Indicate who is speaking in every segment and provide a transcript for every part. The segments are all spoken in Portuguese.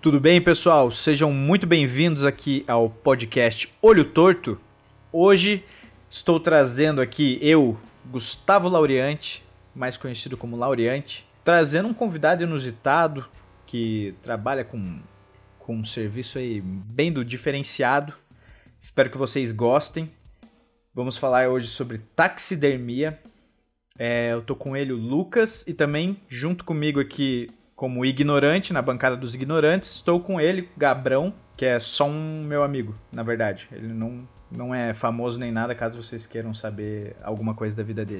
Speaker 1: Tudo bem, pessoal? Sejam muito bem-vindos aqui ao podcast Olho Torto. Hoje estou trazendo aqui eu, Gustavo Laureante, mais conhecido como Laureante, trazendo um convidado inusitado que trabalha com um serviço aí bem do diferenciado. Espero que vocês gostem. Vamos falar hoje sobre taxidermia. Eu tô com ele, o Lucas, e também junto comigo aqui como ignorante, na bancada dos ignorantes, estou com ele, Gabrão, que é só um meu amigo, na verdade. Ele não é famoso nem nada, caso vocês queiram saber alguma coisa da vida dele.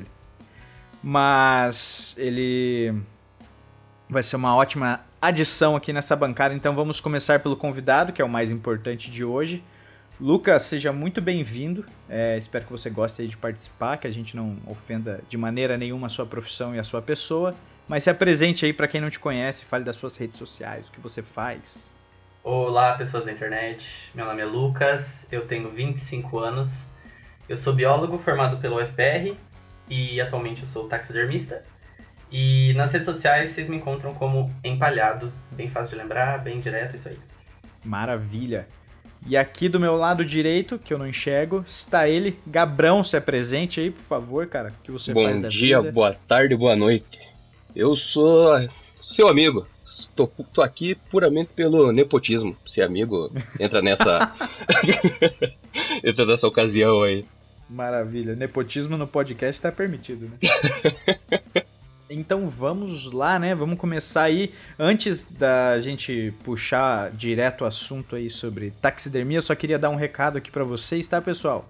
Speaker 1: Mas ele vai ser uma ótima adição aqui nessa bancada, então vamos começar pelo convidado, que é o mais importante de hoje. Lucas, seja muito bem-vindo. Espero que você goste aí de participar, que a gente não ofenda de maneira nenhuma a sua profissão e a sua pessoa. Mas se apresente aí para quem não te conhece, fale das suas redes sociais, o que você faz.
Speaker 2: Olá, pessoas da internet. Meu nome é Lucas, eu tenho 25 anos. Eu sou biólogo formado pela UFR e atualmente eu sou taxidermista. E nas redes sociais vocês me encontram como Empalhado. Bem fácil de lembrar, bem direto, isso aí.
Speaker 1: Maravilha. E aqui do meu lado direito, que eu não enxergo, está ele, Gabrão. Se apresente aí, por favor, cara. O que você faz da vida?
Speaker 3: Bom dia, boa tarde, boa noite. Eu sou seu amigo. Tô aqui puramente pelo nepotismo. Ser amigo entra nessa ocasião aí.
Speaker 1: Maravilha. Nepotismo no podcast tá permitido, né? Então vamos lá, né? Vamos começar aí. Antes da gente puxar direto o assunto aí sobre taxidermia, eu só queria dar um recado aqui pra vocês, tá, pessoal?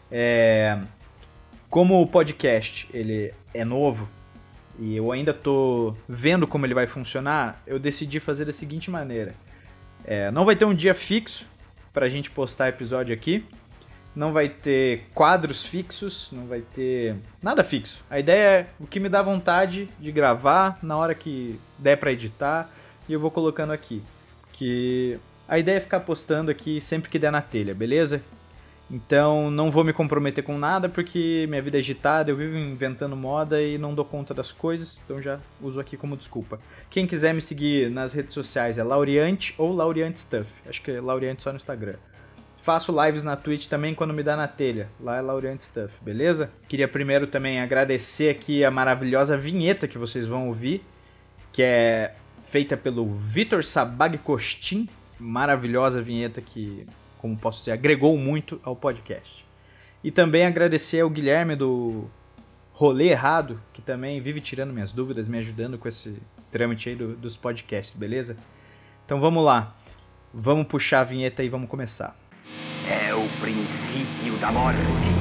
Speaker 1: Como o podcast ele é novo, e eu ainda tô vendo como ele vai funcionar, eu decidi fazer da seguinte maneira. Não vai ter um dia fixo pra gente postar episódio aqui. Não vai ter quadros fixos, não vai ter nada fixo. A ideia é o que me dá vontade de gravar na hora que der pra editar e eu vou colocando aqui. Que a ideia é ficar postando aqui sempre que der na telha, beleza? Então não vou me comprometer com nada porque minha vida é agitada, eu vivo inventando moda e não dou conta das coisas, então já uso aqui como desculpa. Quem quiser me seguir nas redes sociais é Laureante ou Laureante Stuff, acho que é Laureante só no Instagram. Faço lives na Twitch também quando me dá na telha, lá é Laureante Stuff, beleza? Queria primeiro também agradecer aqui a maravilhosa vinheta que vocês vão ouvir, que é feita pelo Vitor Sabag Costin, maravilhosa vinheta que, como posso dizer, agregou muito ao podcast. E também agradecer ao Guilherme do Rolê Errado, que também vive tirando minhas dúvidas, me ajudando com esse trâmite aí dos podcasts, beleza? Então vamos lá, vamos puxar a vinheta e vamos começar.
Speaker 4: É o princípio da morte.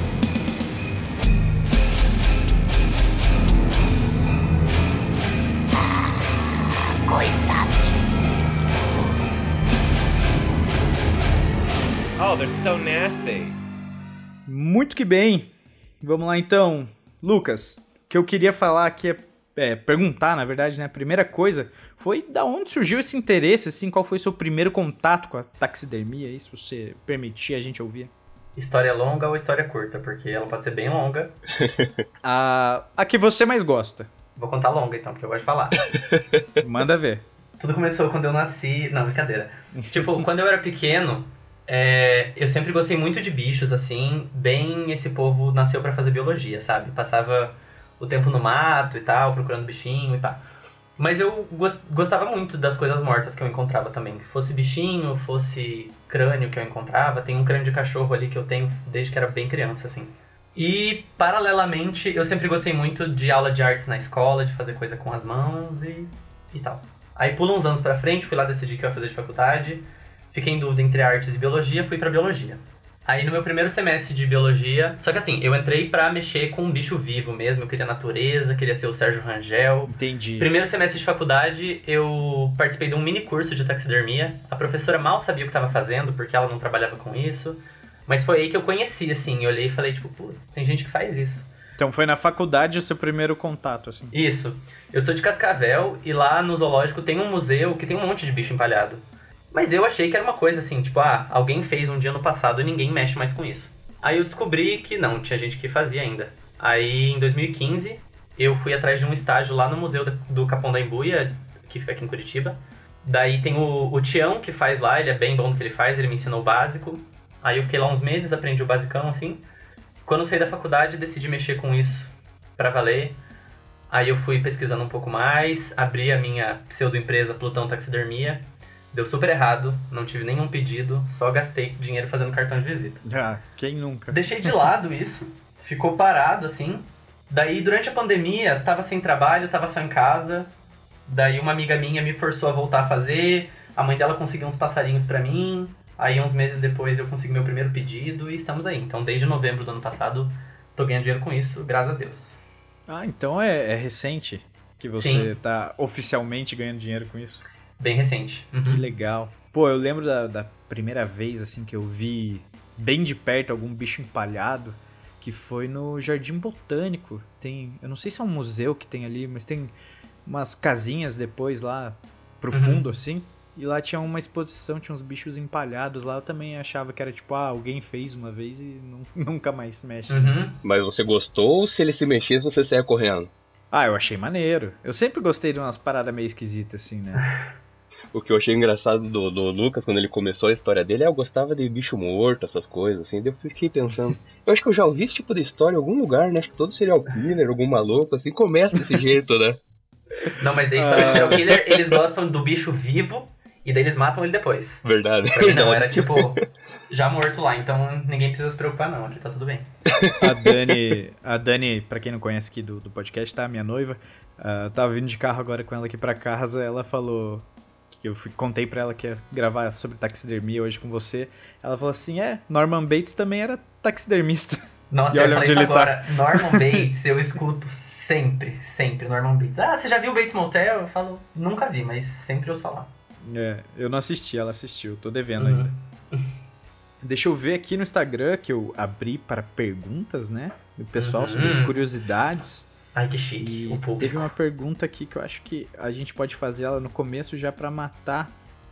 Speaker 4: Coitado.
Speaker 5: Oh, they're so nasty.
Speaker 1: Muito que bem. Vamos lá então. Lucas, o que eu queria falar aqui perguntar, na verdade, né? A primeira coisa foi da onde surgiu esse interesse, assim, qual foi o seu primeiro contato com a taxidermia, aí, se você permitir a gente ouvir.
Speaker 2: História longa ou história curta? Porque ela pode ser bem longa.
Speaker 1: A que você mais gosta.
Speaker 2: Vou contar longa então, porque eu gosto de falar.
Speaker 1: Manda ver.
Speaker 2: Tudo começou quando eu nasci... Não, brincadeira. Tipo, quando eu era pequeno, eu sempre gostei muito de bichos, assim. Bem, esse povo nasceu pra fazer biologia, sabe? Passava o tempo no mato e tal, procurando bichinho e tal. Mas eu gostava muito das coisas mortas que eu encontrava também. Fosse bichinho, fosse crânio que eu encontrava. Tem um crânio de cachorro ali que eu tenho desde que era bem criança, assim. E, paralelamente, eu sempre gostei muito de aula de artes na escola, de fazer coisa com as mãos e tal. Aí pula uns anos pra frente, fui lá decidir o que eu ia fazer de faculdade. Fiquei em dúvida entre artes e biologia, fui pra biologia. Aí no meu primeiro semestre de biologia... Só que assim, eu entrei pra mexer com um bicho vivo mesmo. Eu queria natureza, queria ser o Sérgio Rangel.
Speaker 1: Entendi.
Speaker 2: Primeiro semestre de faculdade, eu participei de um mini curso de taxidermia. A professora mal sabia o que estava fazendo, porque ela não trabalhava com isso. Mas foi aí que eu conheci, assim. Eu olhei e falei, tipo, putz, tem gente que faz isso.
Speaker 1: Então foi na faculdade o seu primeiro contato, assim.
Speaker 2: Isso. Eu sou de Cascavel e lá no zoológico tem um museu que tem um monte de bicho empalhado. Mas eu achei que era uma coisa assim, tipo, alguém fez um dia no passado e ninguém mexe mais com isso. Aí eu descobri que não, tinha gente que fazia ainda. Aí em 2015 eu fui atrás de um estágio lá no Museu do Capão da Embuia, que fica aqui em Curitiba. Daí tem o Tião que faz lá, ele é bem bom no que ele faz, ele me ensinou o básico. Aí eu fiquei lá uns meses, aprendi o basicão, assim. Quando eu saí da faculdade, decidi mexer com isso pra valer. Aí eu fui pesquisando um pouco mais, abri a minha pseudo-empresa Plutão Taxidermia. Deu super errado, não tive nenhum pedido, só gastei dinheiro fazendo cartão de visita.
Speaker 1: Ah, quem nunca?
Speaker 2: Deixei de lado isso, ficou parado, assim. Daí, durante a pandemia, tava sem trabalho, tava só em casa. Daí uma amiga minha me forçou a voltar a fazer, a mãe dela conseguiu uns passarinhos pra mim. Aí, uns meses depois, eu consegui meu primeiro pedido e estamos aí. Então, desde novembro do ano passado, tô ganhando dinheiro com isso, graças a Deus.
Speaker 1: Ah, então é recente que você tá oficialmente ganhando dinheiro com isso?
Speaker 2: Bem recente. Uhum.
Speaker 1: Que legal. Pô, eu lembro da primeira vez, assim, que eu vi bem de perto algum bicho empalhado, que foi no Jardim Botânico. Eu não sei se é um museu que tem ali, mas tem umas casinhas depois lá pro fundo, assim. E lá tinha uma exposição, tinha uns bichos empalhados lá. Eu também achava que era tipo, alguém fez uma vez e nunca mais se mexe nisso.
Speaker 3: Mas você gostou ou se ele se mexesse você saia correndo?
Speaker 1: Ah, eu achei maneiro. Eu sempre gostei de umas paradas meio esquisitas, assim, né?
Speaker 3: O que eu achei engraçado do Lucas, quando ele começou a história dele, eu gostava de bicho morto, essas coisas, assim. Daí eu fiquei pensando, eu acho que eu já ouvi esse tipo de história em algum lugar, né? Acho que todo serial killer, algum maluco, assim, começa desse jeito, né?
Speaker 2: Não, mas daí história de serial killer, eles gostam do bicho vivo e daí eles matam ele depois.
Speaker 3: Verdade.
Speaker 2: Pra mim não, era tipo, já morto lá, então ninguém precisa se preocupar não, aqui tá tudo bem.
Speaker 1: A Dani, pra quem não conhece aqui do podcast, tá? Minha noiva, tava vindo de carro agora com ela aqui pra casa, ela falou... que eu contei pra ela que ia gravar sobre taxidermia hoje com você. Ela falou assim, Norman Bates também era taxidermista.
Speaker 2: Nossa,
Speaker 1: e
Speaker 2: eu
Speaker 1: olha
Speaker 2: falei
Speaker 1: onde
Speaker 2: isso
Speaker 1: ele
Speaker 2: agora.
Speaker 1: tá.
Speaker 2: Norman Bates, eu escuto sempre Norman Bates. Ah, você já viu Bates Motel? Eu falo, nunca vi, mas sempre ouço falar.
Speaker 1: Eu não assisti, ela assistiu, tô devendo ainda. Deixa eu ver aqui no Instagram, que eu abri para perguntas, né? Do pessoal sobre curiosidades.
Speaker 2: Ai, que chique, o público.
Speaker 1: Teve uma pergunta aqui que eu acho que a gente pode fazer ela no começo já pra matar.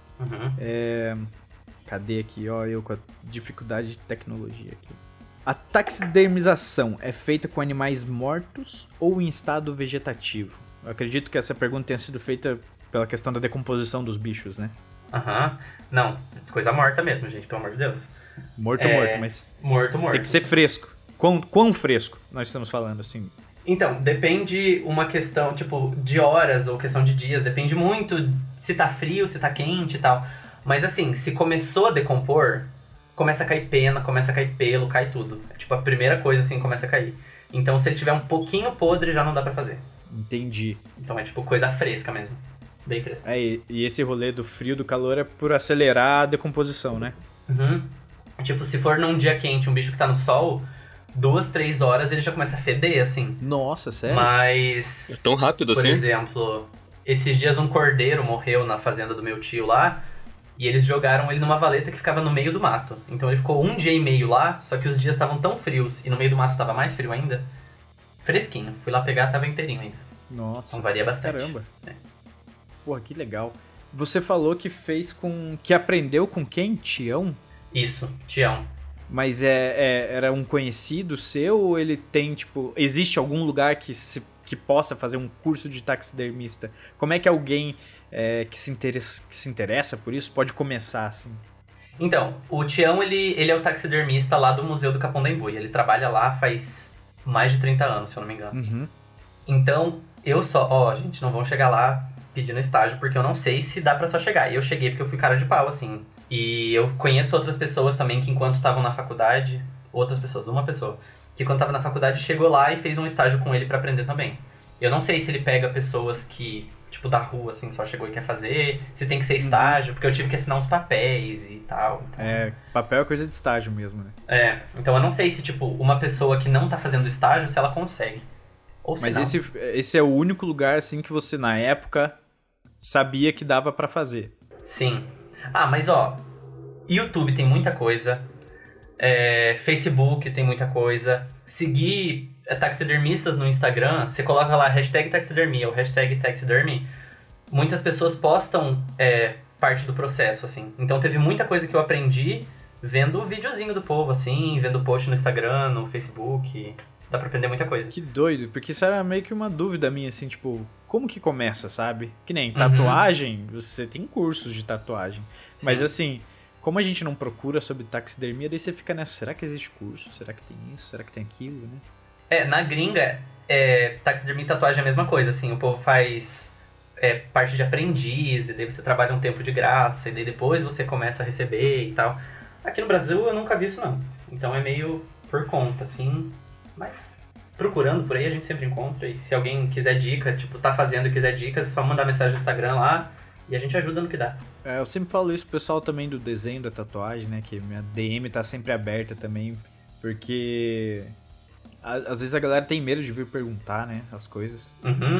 Speaker 1: Cadê aqui? Ó, eu com a dificuldade de tecnologia aqui. A taxidermização é feita com animais mortos ou em estado vegetativo? Eu acredito que essa pergunta tenha sido feita pela questão da decomposição dos bichos, né?
Speaker 2: Não, coisa morta mesmo, gente, pelo amor de Deus.
Speaker 1: Morto, mas...
Speaker 2: Morto.
Speaker 1: Tem que ser fresco. Quão fresco nós estamos falando, assim?
Speaker 2: Então, depende uma questão, tipo, de horas ou questão de dias. Depende muito se tá frio, se tá quente e tal. Mas assim, se começou a decompor, começa a cair pena, começa a cair pelo, cai tudo. Tipo, a primeira coisa, assim, começa a cair. Então, se ele tiver um pouquinho podre, já não dá pra fazer.
Speaker 1: Entendi.
Speaker 2: Então é tipo coisa fresca mesmo. Bem fresca.
Speaker 1: E esse rolê do frio, do calor é por acelerar a decomposição, né?
Speaker 2: Tipo, se for num dia quente, um bicho que tá no sol... 2, 3 horas ele já começa a feder, assim.
Speaker 1: Nossa, sério?
Speaker 2: Mas...
Speaker 3: É tão rápido assim?
Speaker 2: Por exemplo, esses dias um cordeiro morreu na fazenda do meu tio lá, e eles jogaram ele numa valeta que ficava no meio do mato. Então ele ficou 1 dia e meio lá, só que os dias estavam tão frios, e no meio do mato tava mais frio ainda, fresquinho. Fui lá pegar, tava inteirinho ainda.
Speaker 1: Nossa.
Speaker 2: Então varia bastante.
Speaker 1: Caramba. Porra, que legal. Você falou que que aprendeu com quem? Tião?
Speaker 2: Isso, Tião.
Speaker 1: Mas era um conhecido seu ou ele tem, tipo... Existe algum lugar que possa fazer um curso de taxidermista? Como é que alguém que se interessa por isso pode começar, assim?
Speaker 2: Então, o Tião, ele é o taxidermista lá do Museu do Capão da Embu. Ele trabalha lá faz mais de 30 anos, se eu não me engano. Então, gente, não vão chegar lá pedindo estágio, porque eu não sei se dá pra só chegar. Eu cheguei porque eu fui cara de pau, assim... E eu conheço outras pessoas também que enquanto estavam na faculdade... Uma pessoa. Que quando estava na faculdade chegou lá e fez um estágio com ele pra aprender também. Eu não sei se ele pega pessoas que, tipo, da rua, assim, só chegou e quer fazer. Se tem que ser estágio, porque eu tive que assinar uns papéis e tal. Então...
Speaker 1: Papel é coisa de estágio mesmo, né?
Speaker 2: Então eu não sei se, tipo, uma pessoa que não tá fazendo estágio, se ela consegue. Ou se
Speaker 1: Mas
Speaker 2: não.
Speaker 1: esse é o único lugar, assim, que você, na época, sabia que dava pra fazer.
Speaker 2: Sim. Mas YouTube tem muita coisa, Facebook tem muita coisa, seguir taxidermistas no Instagram, você coloca lá #taxidermia ou #taxidermy, muitas pessoas postam parte do processo, assim. Então teve muita coisa que eu aprendi vendo o videozinho do povo, assim, vendo post no Instagram, no Facebook, dá pra aprender muita coisa.
Speaker 1: Que doido, porque isso era meio que uma dúvida minha, assim, tipo, como que começa, sabe? Que nem tatuagem, você tem cursos de tatuagem. Sim. Mas assim, como a gente não procura sobre taxidermia, daí você fica nessa, será que existe curso? Será que tem isso? Será que tem aquilo, né?
Speaker 2: Na gringa, taxidermia e tatuagem é a mesma coisa, assim, o povo faz parte de aprendiz, e daí você trabalha um tempo de graça, e daí depois você começa a receber e tal. Aqui no Brasil eu nunca vi isso não, então é meio por conta, assim, mas procurando por aí a gente sempre encontra, e se alguém quiser dica, tipo, tá fazendo e quiser dicas, é só mandar mensagem no Instagram lá, e a gente ajuda no que dá.
Speaker 1: Eu sempre falo isso pro pessoal também do desenho da tatuagem, né, que minha DM tá sempre aberta também, porque às vezes a galera tem medo de vir perguntar, né, as coisas.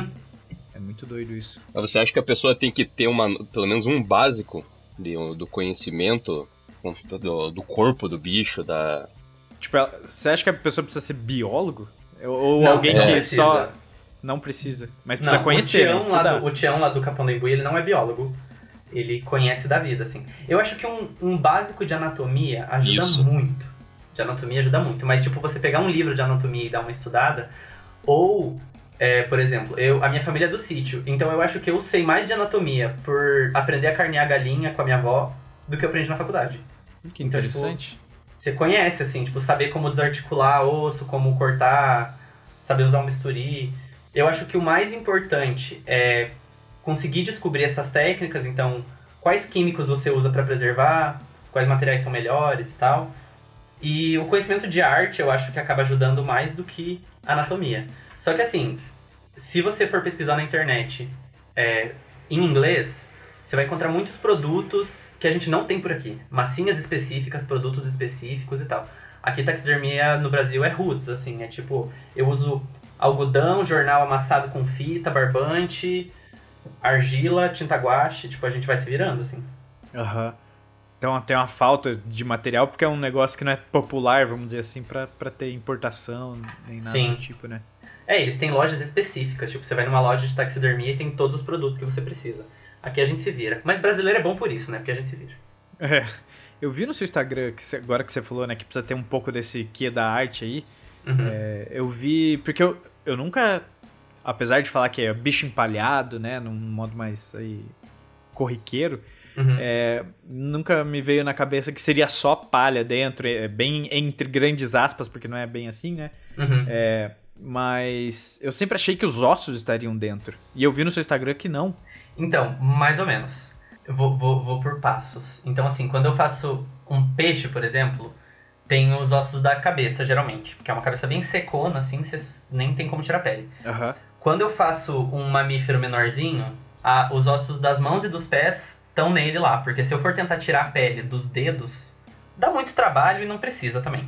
Speaker 1: É muito doido isso.
Speaker 3: Mas você acha que a pessoa tem que ter pelo menos um básico do conhecimento do corpo do bicho, da...
Speaker 1: Tipo, você acha que a pessoa precisa ser biólogo? Ou
Speaker 2: não,
Speaker 1: alguém que
Speaker 2: precisa.
Speaker 1: Só... Não precisa, mas precisa conhecer, né?
Speaker 2: O Tião lá do Capão do Imbu, ele não é biólogo. Ele conhece da vida, assim. Eu acho que um básico de anatomia ajuda muito. De anatomia ajuda muito. Mas, tipo, você pegar um livro de anatomia e dar uma estudada, ou... por exemplo, a minha família é do sítio, então eu acho que eu sei mais de anatomia por aprender a carnear galinha com a minha avó do que eu aprendi na faculdade.
Speaker 1: Que interessante.
Speaker 2: Então, tipo, você conhece, assim, tipo, saber como desarticular osso, como cortar, saber usar um bisturi. Eu acho que o mais importante é conseguir descobrir essas técnicas, então, quais químicos você usa para preservar, quais materiais são melhores e tal. E o conhecimento de arte eu acho que acaba ajudando mais do que a anatomia. Só que assim, se você for pesquisar na internet em inglês, você vai encontrar muitos produtos que a gente não tem por aqui. Massinhas específicas, produtos específicos e tal. Aqui taxidermia no Brasil é roots, assim, é tipo, eu uso algodão, jornal amassado com fita, barbante, argila, tinta guache, tipo, a gente vai se virando, assim.
Speaker 1: Então tem uma falta de material porque é um negócio que não é popular, vamos dizer assim, pra ter importação, nem nada do tipo, né?
Speaker 2: Eles têm lojas específicas, tipo, você vai numa loja de taxidermia e tem todos os produtos que você precisa. Aqui a gente se vira. Mas brasileiro é bom por isso, né? Porque a gente se vira.
Speaker 1: Eu vi no seu Instagram, agora que você falou, né, que precisa ter um pouco desse quê da arte aí. Eu vi, porque eu nunca, apesar de falar que é bicho empalhado, né, num modo mais aí corriqueiro, nunca me veio na cabeça que seria só palha dentro, bem entre grandes aspas, porque não é bem assim, né? Mas eu sempre achei que os ossos estariam dentro. E eu vi no seu Instagram que não.
Speaker 2: Então, mais ou menos. Eu vou por passos. Então, assim, quando eu faço um peixe, por exemplo, tem os ossos da cabeça, geralmente. Porque é uma cabeça bem secona, assim, você nem tem como tirar a pele. Quando eu faço um mamífero menorzinho, os ossos das mãos e dos pés estão nele lá. Porque se eu for tentar tirar a pele dos dedos, dá muito trabalho e não precisa também.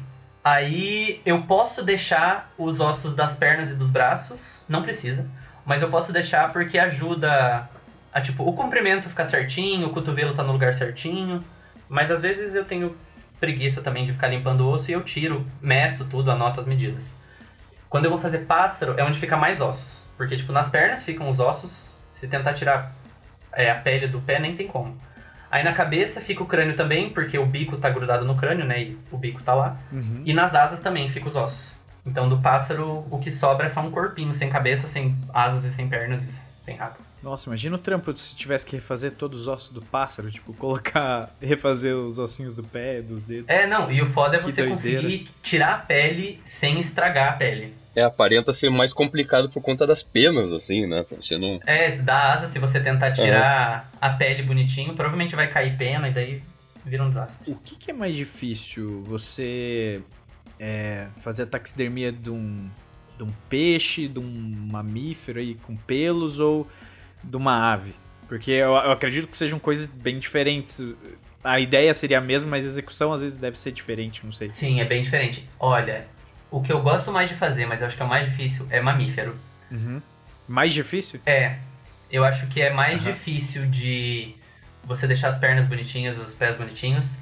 Speaker 2: Aí eu posso deixar os ossos das pernas e dos braços, não precisa, mas eu posso deixar porque ajuda a, tipo, o comprimento ficar certinho, o cotovelo tá no lugar certinho, mas às vezes eu tenho preguiça também de ficar limpando o osso e eu tiro, meço tudo, anoto as medidas. Quando eu vou fazer pássaro é onde fica mais ossos, porque tipo, nas pernas ficam os ossos, se tentar tirar a pele do pé nem tem como. Aí na cabeça fica o crânio também, porque o bico tá grudado no crânio, né? E o bico tá lá. E nas asas também ficam os ossos. Então do pássaro, o que sobra é só um corpinho, sem cabeça, sem asas e sem pernas e sem rabo.
Speaker 1: Nossa, imagina o trampo se tivesse que refazer todos os ossos do pássaro, tipo, refazer os ossinhos do pé, dos dedos.
Speaker 2: Não, e o foda é você conseguir tirar a pele sem estragar a pele.
Speaker 3: Aparenta ser mais complicado por conta das penas, assim, né? Você não...
Speaker 2: Da asa, se você tentar tirar a pele bonitinho, provavelmente vai cair pena e daí vira um desastre.
Speaker 1: O que é mais difícil? Você fazer a taxidermia de um peixe, de um mamífero aí com pelos ou de uma ave? Porque eu acredito que sejam coisas bem diferentes. A ideia seria a mesma, mas a execução às vezes deve ser diferente, não sei.
Speaker 2: Sim, é bem diferente. Olha... O que eu gosto mais de fazer, mas eu acho que é o mais difícil, é mamífero.
Speaker 1: Mais difícil?
Speaker 2: Eu acho que é mais difícil de você deixar as pernas bonitinhas, os pés bonitinhos.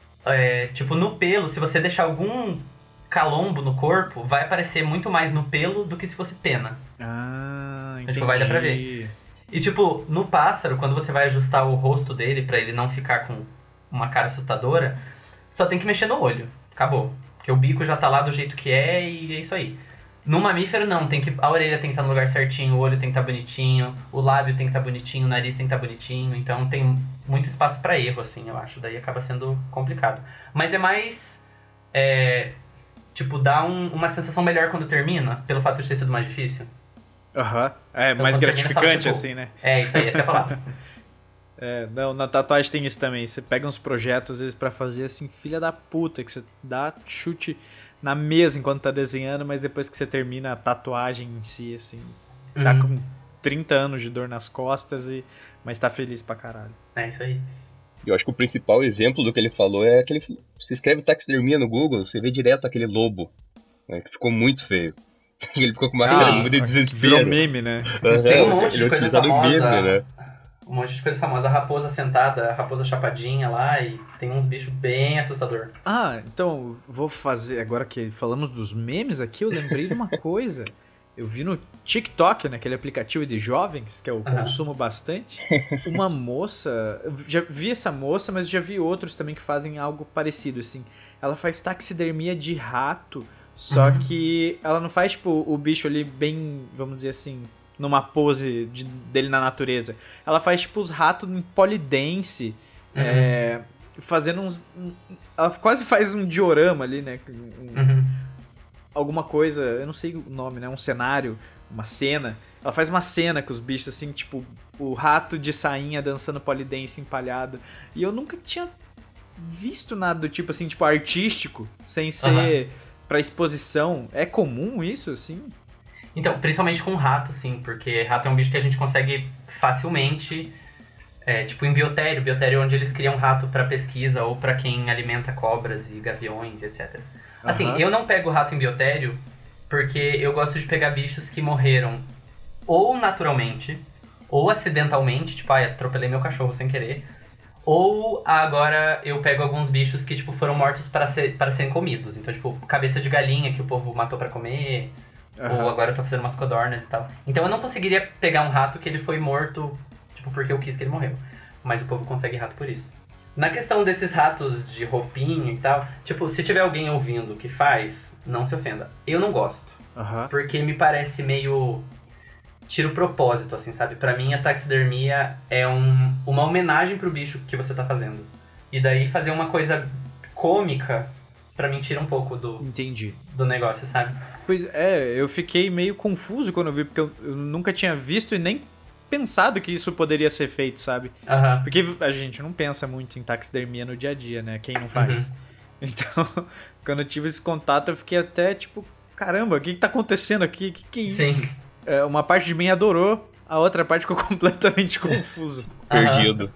Speaker 2: Tipo, no pelo, se você deixar algum calombo no corpo, vai aparecer muito mais no pelo do que se fosse pena.
Speaker 1: Entendi.
Speaker 2: Tipo, vai dar pra ver. E tipo, no pássaro, quando você vai ajustar o rosto dele pra ele não ficar com uma cara assustadora, só tem que mexer no olho. Acabou. Porque o bico já tá lá do jeito que é e é isso aí. No mamífero, não. A orelha tem que estar no lugar certinho, o olho tem que estar bonitinho, o lábio tem que estar bonitinho, o nariz tem que estar bonitinho. Então tem muito espaço pra erro, assim, eu acho. Daí acaba sendo complicado. Mas é mais... tipo, dá uma sensação melhor quando termina, pelo fato de ter sido mais difícil.
Speaker 1: Aham. É,
Speaker 2: Então,
Speaker 1: mais
Speaker 2: quando
Speaker 1: gratificante,
Speaker 2: termina, fala, tipo,
Speaker 1: assim, né?
Speaker 2: Isso aí, essa é a palavra.
Speaker 1: Não, na tatuagem tem isso também. Você pega uns projetos, às vezes, pra fazer assim, filha da puta, que você dá chute na mesa enquanto tá desenhando, mas depois que você termina a tatuagem em si, assim, tá com 30 anos de dor nas costas, mas tá feliz pra caralho.
Speaker 2: É isso aí.
Speaker 3: Eu acho que o principal exemplo do que ele falou é aquele... Você escreve taxidermia no Google, você vê direto aquele lobo, né, que ficou muito feio. Ele ficou com uma cara muito de desespero.
Speaker 1: Virou meme, né?
Speaker 2: Tem um monte de
Speaker 3: ele é
Speaker 2: coisa
Speaker 3: utilizado
Speaker 2: famosa.
Speaker 3: meme, né?
Speaker 2: Um monte de coisa famosa. A raposa sentada, a raposa chapadinha lá, e tem uns bichos bem assustador.
Speaker 1: Então, vou fazer... Agora que falamos dos memes aqui, eu lembrei de uma coisa. Eu vi no TikTok, né, aquele aplicativo de jovens, que eu consumo bastante, uma moça... Eu já vi essa moça, mas já vi outros também que fazem algo parecido, assim. Ela faz taxidermia de rato, só que ela não faz, tipo, o bicho ali bem, vamos dizer assim... numa pose dele na natureza. Ela faz, tipo, os ratos em polidense, fazendo uns... Ela quase faz um diorama ali, né? Alguma coisa, eu não sei o nome, né? Um cenário, uma cena. Ela faz uma cena com os bichos, assim, tipo, o rato de sainha dançando polidense empalhado. E eu nunca tinha visto nada do tipo, assim, tipo, artístico, sem ser pra exposição. É comum isso, assim?
Speaker 2: Então, principalmente com rato, sim, porque rato é um bicho que a gente consegue facilmente, tipo em biotério. Biotério é onde eles criam rato pra pesquisa ou pra quem alimenta cobras e gaviões, etc. Assim, eu não pego rato em biotério porque eu gosto de pegar bichos que morreram ou naturalmente, ou acidentalmente, tipo, atropelei meu cachorro sem querer, ou agora eu pego alguns bichos que, tipo, foram mortos para serem comidos. Então, tipo, cabeça de galinha que o povo matou pra comer... Ou agora eu tô fazendo umas codornas e tal. Então eu não conseguiria pegar um rato que ele foi morto, tipo, porque eu quis que ele morreu. Mas o povo consegue rato por isso. Na questão desses ratos de roupinha e tal, tipo, se tiver alguém ouvindo que faz, não se ofenda. Eu não gosto. Porque me parece meio... tira o propósito, assim, sabe? Pra mim, a taxidermia é uma homenagem pro bicho que você tá fazendo. E daí fazer uma coisa cômica, pra mim, tira um pouco do negócio, sabe?
Speaker 1: Pois eu fiquei meio confuso quando eu vi, porque eu nunca tinha visto e nem pensado que isso poderia ser feito, sabe? Porque a gente não pensa muito em taxidermia no dia a dia, né? Quem não faz? Então, quando eu tive esse contato, eu fiquei até tipo, caramba, o que tá acontecendo aqui? Que é isso?
Speaker 2: Sim.
Speaker 1: Uma parte de mim adorou, a outra parte ficou completamente confuso.
Speaker 3: Perdido.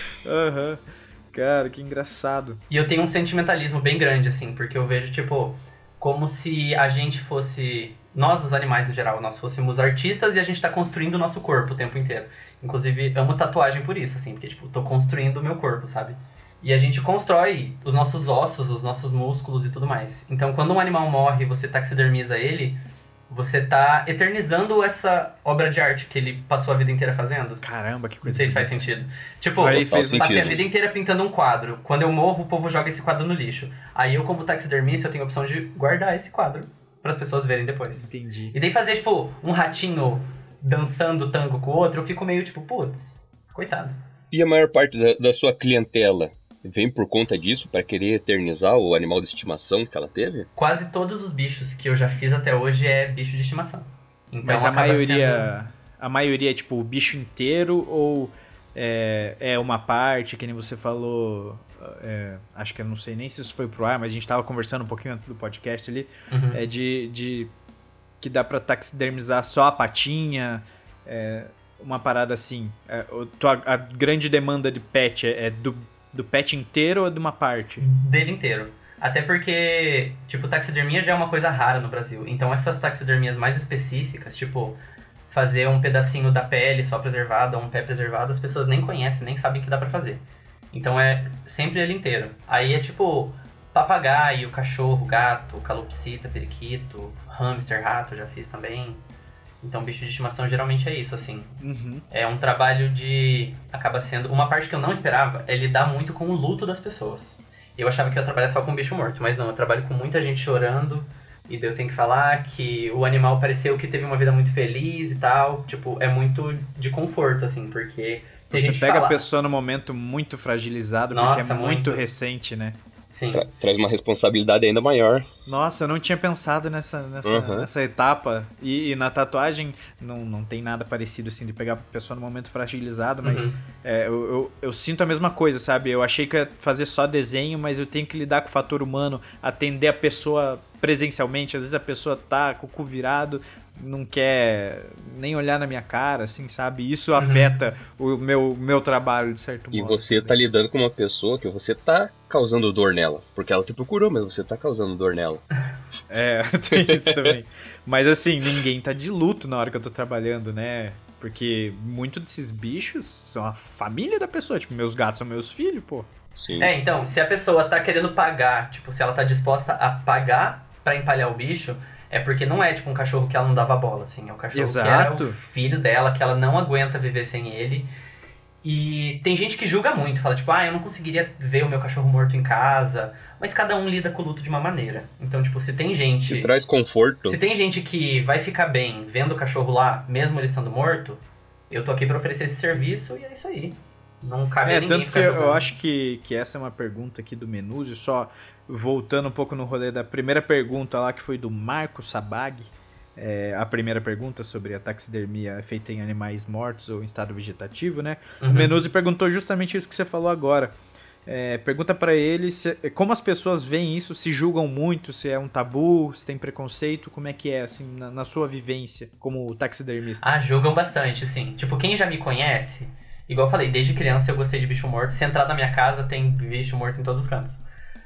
Speaker 1: Cara, que engraçado.
Speaker 2: E eu tenho um sentimentalismo bem grande, assim, porque eu vejo, tipo... como se a gente fosse... Nós, os animais em geral, nós fôssemos artistas e a gente tá construindo o nosso corpo o tempo inteiro. Inclusive, amo tatuagem por isso, assim, porque, tipo, tô construindo o meu corpo, sabe? E a gente constrói os nossos ossos, os nossos músculos e tudo mais. Então, quando um animal morre e você taxidermiza ele, você tá eternizando essa obra de arte que ele passou a vida inteira fazendo.
Speaker 1: Caramba, que coisa.
Speaker 2: Não sei se faz sentido. Tipo, passei a vida inteira pintando um quadro. Quando eu morro, o povo joga esse quadro no lixo. Aí eu, como taxidermista, eu tenho a opção de guardar esse quadro para as pessoas verem depois.
Speaker 1: Entendi.
Speaker 2: E daí fazer, tipo, um ratinho dançando tango com o outro, eu fico meio tipo, putz, coitado.
Speaker 3: E a maior parte da sua clientela vem por conta disso, para querer eternizar o animal de estimação que ela teve?
Speaker 2: Quase todos os bichos que eu já fiz até hoje é bicho de estimação. Então,
Speaker 1: mas a maioria é tipo o bicho inteiro ou é uma parte, que nem você falou, acho que eu não sei nem se isso foi pro ar, mas a gente tava conversando um pouquinho antes do podcast ali, de que dá pra taxidermizar só a patinha, uma parada assim. A grande demanda de pet é do pet inteiro ou de uma parte?
Speaker 2: Dele inteiro. Até porque, tipo, taxidermia já é uma coisa rara no Brasil. Então essas taxidermias mais específicas, tipo, fazer um pedacinho da pele só preservado, ou um pé preservado, as pessoas nem conhecem, nem sabem que dá pra fazer. Então é sempre ele inteiro. Aí é tipo papagaio, cachorro, gato, calopsita, periquito, hamster, rato, já fiz também. Então bicho de estimação geralmente é isso, assim. É um trabalho acaba sendo... Uma parte que eu não esperava é lidar muito com o luto das pessoas. Eu achava que eu ia trabalhar só com bicho morto, mas não, eu trabalho com muita gente chorando E daí eu tenho que falar que o animal pareceu que teve uma vida muito feliz e tal. Tipo, é muito de conforto, assim, porque tem
Speaker 1: Você
Speaker 2: gente que
Speaker 1: pega
Speaker 2: fala,
Speaker 1: a pessoa no momento muito fragilizado, porque
Speaker 2: Nossa,
Speaker 1: é muito
Speaker 2: muito.
Speaker 1: recente, né?
Speaker 2: sim,
Speaker 3: Traz uma responsabilidade ainda maior.
Speaker 1: Nossa, eu não tinha pensado nessa etapa. E na tatuagem não tem nada parecido, assim, de pegar a pessoa no momento fragilizado, mas eu sinto a mesma coisa, sabe? Eu achei que ia fazer só desenho, mas eu tenho que lidar com o fator humano, atender a pessoa presencialmente. Às vezes a pessoa tá com o cu virado, não quer nem olhar na minha cara, assim, sabe? Isso afeta o meu trabalho, de certo modo.
Speaker 3: E você tá lidando com uma pessoa que você tá causando dor nela. Porque ela te procurou, mas você tá causando dor nela.
Speaker 1: É, tem isso também. Mas assim, ninguém tá de luto na hora que eu tô trabalhando, né? Porque muito desses bichos são a família da pessoa. Tipo, meus gatos são meus filhos, pô.
Speaker 3: Sim.
Speaker 2: então, se a pessoa tá querendo pagar, tipo, se ela tá disposta a pagar pra empalhar o bicho, é porque não é, tipo, um cachorro que ela não dava bola, assim. É um cachorro que era o filho dela, que ela não aguenta viver sem ele. E tem gente que julga muito, fala, tipo, eu não conseguiria ver o meu cachorro morto em casa. Mas cada um lida com o luto de uma maneira. Então, tipo, se tem gente...
Speaker 3: Se traz conforto.
Speaker 2: Se tem gente que vai ficar bem vendo o cachorro lá, mesmo ele estando morto, eu tô aqui pra oferecer esse serviço e é isso aí. Não cabe a ninguém
Speaker 1: tanto que
Speaker 2: ficar julgando.
Speaker 1: eu acho que essa é uma pergunta aqui do Menuzzi, só voltando um pouco no rolê da primeira pergunta lá, que foi do Marco Sabag. A primeira pergunta sobre a taxidermia feita em animais mortos ou em estado vegetativo, né? O Menuzzi perguntou justamente isso que você falou agora. Pergunta pra ele como as pessoas veem isso, se julgam muito, se é um tabu, se tem preconceito, como é que é, assim, na sua vivência como taxidermista?
Speaker 2: Julgam bastante, sim. Tipo, quem já me conhece, igual eu falei, desde criança eu gostei de bicho morto. Se entrar na minha casa, tem bicho morto em todos os cantos.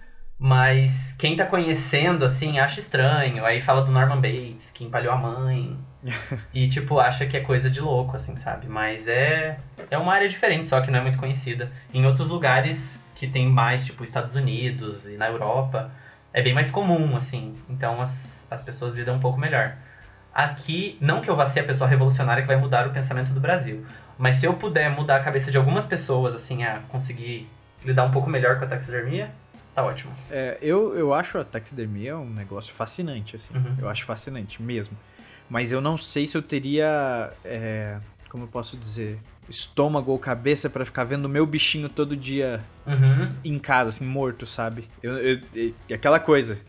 Speaker 2: Mas quem tá conhecendo, assim, acha estranho. Aí fala do Norman Bates, que empalhou a mãe. E, tipo, acha que é coisa de louco, assim, sabe? Mas é uma área diferente, só que não é muito conhecida. Em outros lugares que tem mais, tipo, Estados Unidos e na Europa, é bem mais comum, assim. Então as pessoas lidam um pouco melhor. Aqui, não que eu vá ser a pessoa revolucionária que vai mudar o pensamento do Brasil. Mas se eu puder mudar a cabeça de algumas pessoas, assim, a conseguir lidar um pouco melhor com a taxidermia, tá ótimo.
Speaker 1: Eu acho a taxidermia um negócio fascinante, assim. Eu acho fascinante mesmo. Mas eu não sei se eu teria, como eu posso dizer, estômago ou cabeça pra ficar vendo o meu bichinho todo dia em casa, assim, morto, sabe? Aquela coisa.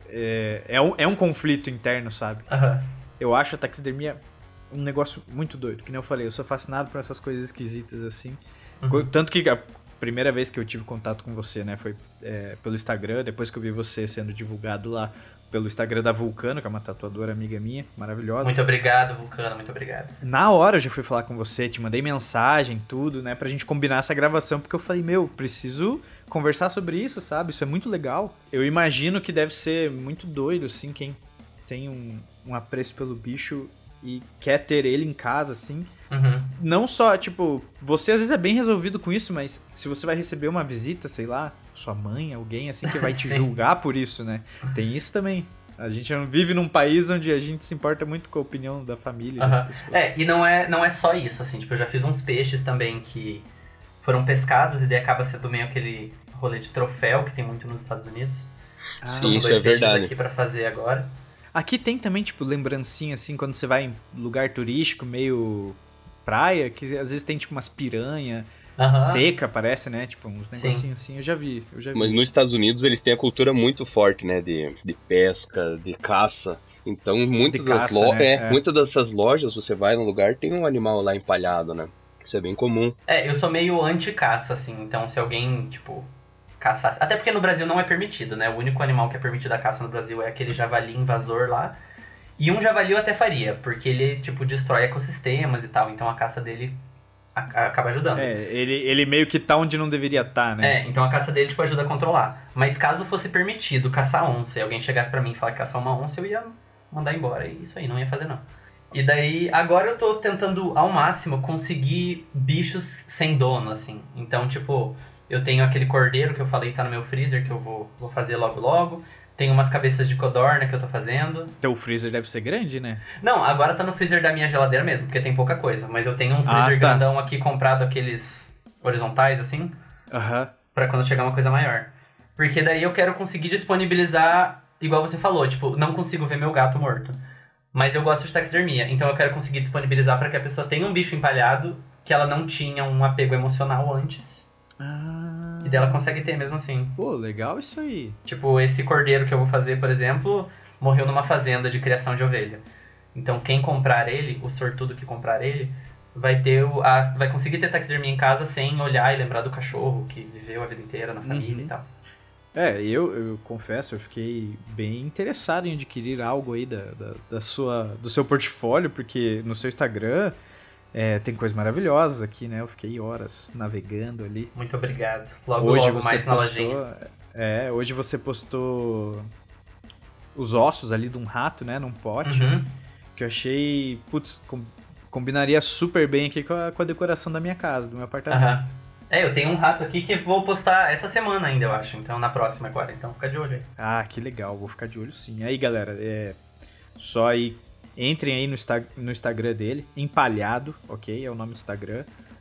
Speaker 1: É um conflito interno, sabe? Eu acho a taxidermia um negócio muito doido. Que nem eu falei, eu sou fascinado por essas coisas esquisitas, assim. Tanto que a primeira vez que eu tive contato com você, né, foi pelo Instagram, depois que eu vi você sendo divulgado lá pelo Instagram da Vulcano, que é uma tatuadora amiga minha, maravilhosa.
Speaker 2: Muito obrigado, Vulcano, muito obrigado.
Speaker 1: Na hora eu já fui falar com você, te mandei mensagem, tudo, né, pra gente combinar essa gravação, porque eu falei, preciso conversar sobre isso, sabe? Isso é muito legal. Eu imagino que deve ser muito doido, assim, quem tem um apreço pelo bicho e quer ter ele em casa, assim. Não só, tipo, você às vezes é bem resolvido com isso, mas se você vai receber uma visita, sei lá, sua mãe, alguém assim que vai te julgar por isso, né? Tem isso também. A gente vive num país onde a gente se importa muito com a opinião da família das pessoas.
Speaker 2: E não é só isso, assim, tipo, eu já fiz uns peixes também que foram pescados e daí acaba sendo meio aquele rolê de troféu que tem muito nos Estados Unidos.
Speaker 3: Sim, isso é verdade.
Speaker 2: Aqui pra fazer agora.
Speaker 1: Aqui tem também, tipo, lembrancinha, assim, quando você vai em lugar turístico, meio praia, que às vezes tem, tipo, umas piranha seca, parece, né? Tipo, uns negocinhos assim, eu já vi.
Speaker 3: Mas nos Estados Unidos eles têm a cultura muito forte, né? De pesca, de caça. Então, muitas dessas lojas, você vai num lugar, tem um animal lá empalhado, né? Isso é bem comum.
Speaker 2: Eu sou meio anti-caça, assim. Então, se alguém, tipo, caçasse... Até porque no Brasil não é permitido, né? O único animal que é permitido a caça no Brasil é aquele javali invasor lá. E um javali eu até faria, porque ele, tipo, destrói ecossistemas e tal. Então, a caça dele acaba ajudando.
Speaker 1: Ele meio que tá onde não deveria estar, né?
Speaker 2: Então a caça dele, tipo, ajuda a controlar. Mas caso fosse permitido caçar onça e alguém chegasse pra mim e falar que caçar uma onça, eu ia mandar embora. E isso aí, não ia fazer não. E daí, agora eu tô tentando, ao máximo, conseguir bichos sem dono, assim. Então, tipo, eu tenho aquele cordeiro que eu falei que tá no meu freezer, que eu vou fazer logo logo. Tem umas cabeças de codorna que eu tô fazendo.
Speaker 1: Teu freezer deve ser grande, né?
Speaker 2: Não, agora tá no freezer da minha geladeira mesmo, porque tem pouca coisa. Mas eu tenho um freezer grandão aqui comprado, aqueles horizontais, assim. Pra quando chegar uma coisa maior. Porque daí eu quero conseguir disponibilizar igual você falou, tipo, não consigo ver meu gato morto. Mas eu gosto de taxidermia, então eu quero conseguir disponibilizar para que a pessoa tenha um bicho empalhado que ela não tinha um apego emocional antes. E daí ela consegue ter mesmo assim.
Speaker 1: Pô, legal isso aí.
Speaker 2: Tipo, esse cordeiro que eu vou fazer, por exemplo, morreu numa fazenda de criação de ovelha. Então quem comprar ele, o sortudo que comprar ele, vai conseguir ter taxidermia em casa sem olhar e lembrar do cachorro que viveu a vida inteira na família e tal.
Speaker 1: Eu confesso, eu fiquei bem interessado em adquirir algo aí do seu portfólio, porque no seu Instagram tem coisas maravilhosas aqui, né? Eu fiquei horas navegando ali.
Speaker 2: Muito obrigado. Logo mais na lojinha.
Speaker 1: Hoje você postou os ossos ali de um rato, né? Num pote, que eu achei, combinaria super bem aqui com a decoração da minha casa, do meu apartamento.
Speaker 2: Eu tenho um rato aqui que vou postar essa semana ainda, eu acho. Então, na próxima agora. Então, fica de olho aí.
Speaker 1: Ah, que legal. Vou ficar de olho sim. Aí, galera, só aí... Entrem aí no Instagram dele. Empalhado, ok? É o nome do Instagram.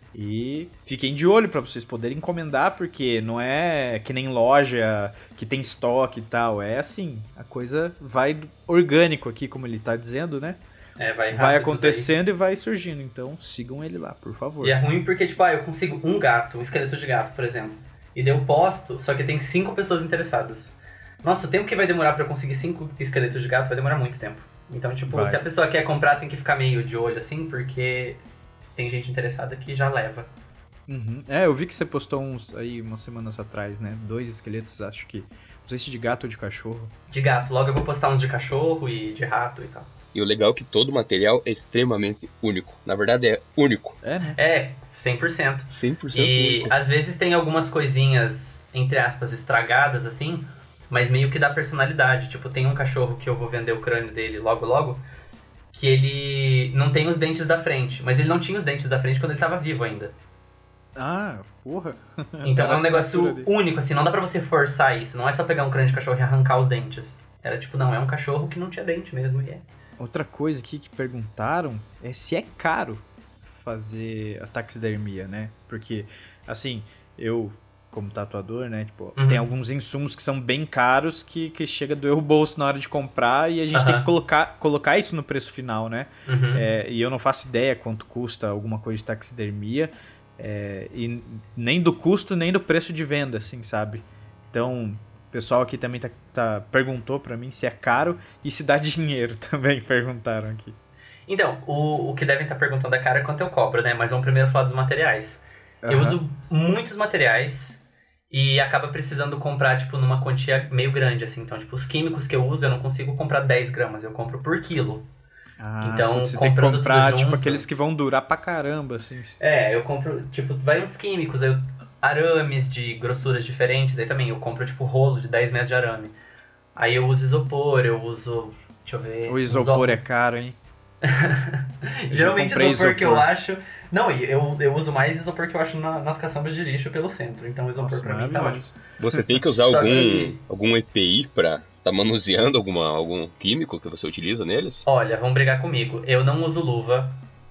Speaker 1: E fiquem de olho pra vocês poderem encomendar, porque não é que nem loja que tem estoque e tal. É assim, a coisa vai orgânico aqui, como ele tá dizendo, né? Vai acontecendo e vai surgindo, então sigam ele lá, por favor.
Speaker 2: E é ruim porque, tipo, eu consigo um esqueleto de gato, por exemplo, e daí eu posto, só que tem 5 pessoas interessadas. Nossa, o tempo que vai demorar pra eu conseguir 5 esqueletos de gato vai demorar muito tempo. Então, tipo, se a pessoa quer comprar, tem que ficar meio de olho, assim, porque tem gente interessada que já leva.
Speaker 1: Eu vi que você postou uns aí umas semanas atrás, né? 2 esqueletos, acho que, não sei se de gato ou de cachorro.
Speaker 2: De gato, logo eu vou postar uns de cachorro e de rato e tal.
Speaker 3: E o legal é que todo o material é extremamente único. Na verdade, é único.
Speaker 2: É 100%.
Speaker 3: 100%
Speaker 2: e
Speaker 3: único.
Speaker 2: Às vezes tem algumas coisinhas, entre aspas, estragadas, assim, mas meio que dá personalidade. Tipo, tem um cachorro que eu vou vender o crânio dele logo, que ele não tem os dentes da frente. Mas ele não tinha os dentes da frente quando ele estava vivo ainda.
Speaker 1: Ah, porra.
Speaker 2: Então é um negócio único, assim, não dá pra você forçar isso. Não é só pegar um crânio de cachorro e arrancar os dentes. Era tipo, não, é um cachorro que não tinha dente mesmo, e
Speaker 1: Outra coisa aqui que perguntaram é se é caro fazer a taxidermia, né? Porque, assim, eu, como tatuador, né? Tipo, tem alguns insumos que são bem caros que chega a doer o bolso na hora de comprar e a gente tem que colocar isso no preço final, né? E eu não faço ideia quanto custa alguma coisa de taxidermia e nem do custo, nem do preço de venda, assim, sabe? Então... O pessoal aqui também perguntou pra mim se é caro e se dá dinheiro também, perguntaram aqui.
Speaker 2: Então, o que devem estar perguntando é caro é quanto eu cobro, né? Mas vamos primeiro falar dos materiais. Eu uso muitos materiais e acaba precisando comprar, tipo, numa quantia meio grande, assim. Então, tipo, os químicos que eu uso, eu não consigo comprar 10 gramas, eu compro por quilo.
Speaker 1: Então, você tem que comprar, tipo, aqueles que vão durar pra caramba, assim.
Speaker 2: Eu compro, tipo, vai uns químicos, arames de grossuras diferentes, aí também eu compro tipo rolo de 10 metros de arame. Aí eu uso isopor, deixa eu ver...
Speaker 1: O isopor é caro, hein?
Speaker 2: Geralmente isopor que eu acho... Não, eu uso mais isopor que eu acho nas caçambas de lixo pelo centro, então o isopor pra mim tá ótimo.
Speaker 3: Você tem que usar algum EPI pra tá manuseando algum químico que você utiliza neles?
Speaker 2: Olha, vão brigar comigo, eu não uso luva.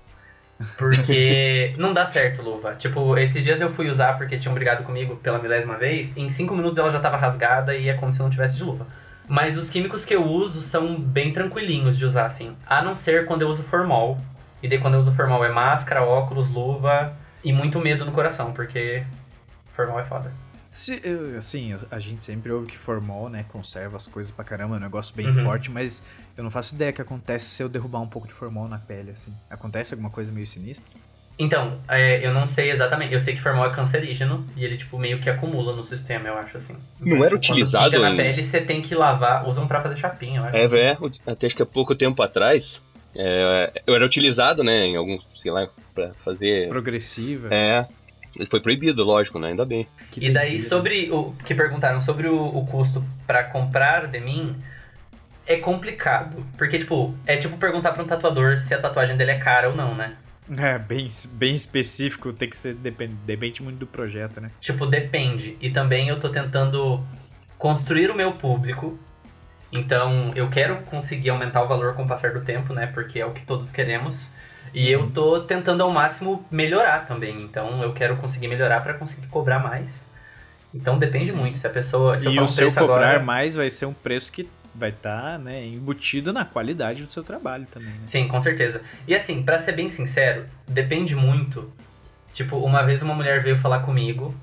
Speaker 2: Porque não dá certo luva. Tipo, esses dias eu fui usar porque tinham brigado comigo pela 1000ª vez. Em 5 minutos ela já tava rasgada e é como se eu não tivesse de luva. Mas os químicos que eu uso são bem tranquilinhos de usar, assim. A não ser quando eu uso formol. E daí quando eu uso formol é máscara, óculos, luva e muito medo no coração, porque formol é foda.
Speaker 1: Assim, a gente sempre ouve que formol, né, conserva as coisas pra caramba, é um negócio bem forte, mas eu não faço ideia o que acontece se eu derrubar um pouco de formol na pele, assim. Acontece alguma coisa meio sinistra?
Speaker 2: Então, eu não sei exatamente. Eu sei que formol é cancerígeno e ele, tipo, meio que acumula no sistema, eu acho, assim.
Speaker 3: Não era utilizado...
Speaker 2: Quando fica na pele, você tem que lavar, usam pra fazer chapinha, eu acho.
Speaker 3: Até acho que há pouco tempo atrás, eu era utilizado, né, em algum, sei lá, pra fazer...
Speaker 1: Progressiva.
Speaker 3: Ele foi proibido, lógico, né? Ainda bem.
Speaker 2: E daí, sobre o que perguntaram sobre o custo pra comprar de mim, é complicado. Porque, tipo, é tipo perguntar pra um tatuador se a tatuagem dele é cara ou não, né?
Speaker 1: Bem específico, tem que ser, depende muito do projeto, né?
Speaker 2: Tipo, depende. E também eu tô tentando construir o meu público. Então, eu quero conseguir aumentar o valor com o passar do tempo, né? Porque é o que todos queremos. E eu tô tentando ao máximo melhorar também. Então eu quero conseguir melhorar pra conseguir cobrar mais. Então depende muito. Se a pessoa... Se
Speaker 1: e
Speaker 2: eu
Speaker 1: o seu cobrar
Speaker 2: agora...
Speaker 1: mais vai ser um preço que vai estar, né, embutido na qualidade do seu trabalho também, né?
Speaker 2: Sim, com certeza. E assim, pra ser bem sincero, depende muito. Tipo, uma vez uma mulher veio falar comigo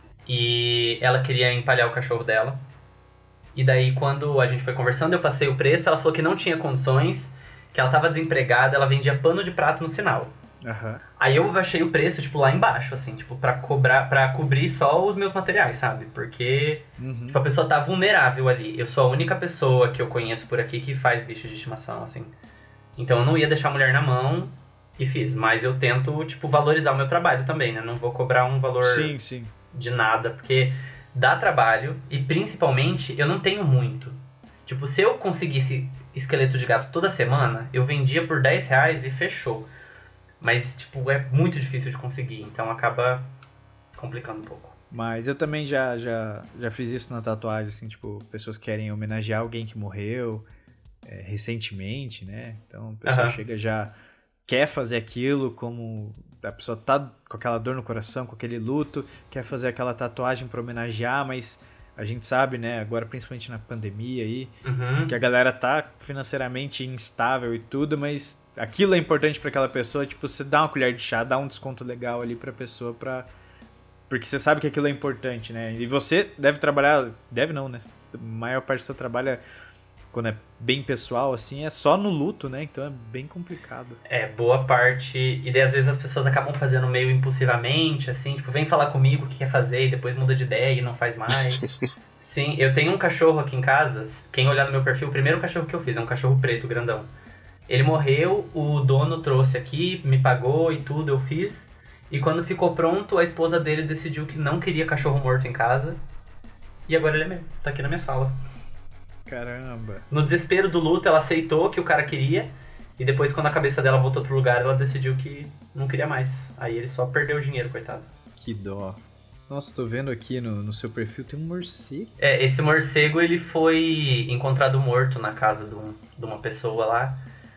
Speaker 2: e ela queria empalhar o cachorro dela. E daí, quando a gente foi conversando, eu passei o preço, ela falou que não tinha condições, que ela tava desempregada, ela vendia pano de prato no sinal.
Speaker 1: Uhum.
Speaker 2: Aí eu baixei o preço, tipo, lá embaixo, assim, tipo, pra cobrir só os meus materiais, sabe? Porque, tipo, a pessoa tá vulnerável ali. Eu sou a única pessoa que eu conheço por aqui que faz bicho de estimação, assim. Então eu não ia deixar a mulher na mão e fiz. Mas eu tento, tipo, valorizar o meu trabalho também, né? Não vou cobrar um valor
Speaker 1: Sim.
Speaker 2: de nada, porque dá trabalho e, principalmente, eu não tenho muito. Tipo, se eu conseguisse esqueleto de gato toda semana, eu vendia por R$10 e fechou. Mas, tipo, é muito difícil de conseguir, então acaba complicando um pouco.
Speaker 1: Mas eu também já fiz isso na tatuagem, assim, tipo, pessoas querem homenagear alguém que morreu recentemente, né? Então a pessoa chega já, quer fazer aquilo, como a pessoa tá com aquela dor no coração, com aquele luto, quer fazer aquela tatuagem pra homenagear, mas a gente sabe, né, agora principalmente na pandemia aí, que a galera tá financeiramente instável e tudo, mas aquilo é importante pra aquela pessoa, tipo, você dá uma colher de chá, dá um desconto legal ali pra pessoa, porque você sabe que aquilo é importante, né? E você deve trabalhar, deve não, né? A maior parte do seu trabalho, quando é bem pessoal, assim, é só no luto, né? Então é bem complicado.
Speaker 2: É, boa parte. E daí às vezes as pessoas acabam fazendo meio impulsivamente, assim, tipo, vem falar comigo o que quer fazer e depois muda de ideia e não faz mais. Sim, eu tenho um cachorro aqui em casa, quem olhar no meu perfil, o primeiro cachorro que eu fiz é um cachorro preto, grandão. Ele morreu, o dono trouxe aqui, me pagou e tudo, eu fiz. E quando ficou pronto, a esposa dele decidiu que não queria cachorro morto em casa. E agora ele é meu, tá aqui na minha sala.
Speaker 1: Caramba.
Speaker 2: No desespero do luto, ela aceitou que o cara queria. E depois, quando a cabeça dela voltou pro lugar, ela decidiu que não queria mais. Aí ele só perdeu o dinheiro, coitado.
Speaker 1: Que dó. Nossa, tô vendo aqui no seu perfil, tem um morcego.
Speaker 2: É, esse morcego, ele foi encontrado morto na casa de uma pessoa lá.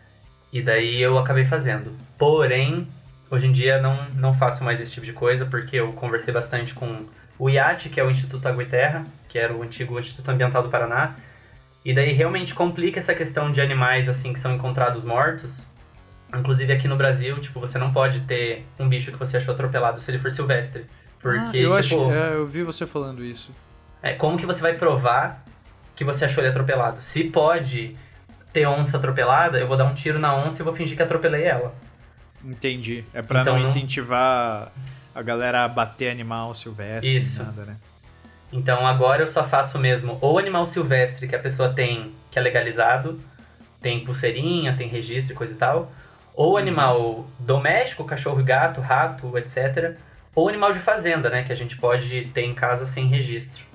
Speaker 2: E daí eu acabei fazendo. Porém, hoje em dia não faço mais esse tipo de coisa, porque eu conversei bastante com o IAT, que é o Instituto Água e Terra, que era o antigo Instituto Ambiental do Paraná. E daí realmente complica essa questão de animais, assim, que são encontrados mortos. Inclusive aqui no Brasil, tipo, você não pode ter um bicho que você achou atropelado se ele for silvestre. Porque,
Speaker 1: eu vi você falando isso.
Speaker 2: Como que você vai provar que você achou ele atropelado? Se pode ter onça atropelada, eu vou dar um tiro na onça e vou fingir que atropelei ela.
Speaker 1: Entendi. É pra
Speaker 2: Então,
Speaker 1: não incentivar a galera a bater animal silvestre,
Speaker 2: Isso.
Speaker 1: nada, né?
Speaker 2: Então agora eu só faço mesmo ou animal silvestre que a pessoa tem, que é legalizado, tem pulseirinha, tem registro e coisa e tal, ou animal doméstico, cachorro e gato, rato, etc. Ou animal de fazenda, né, que a gente pode ter em casa sem registro.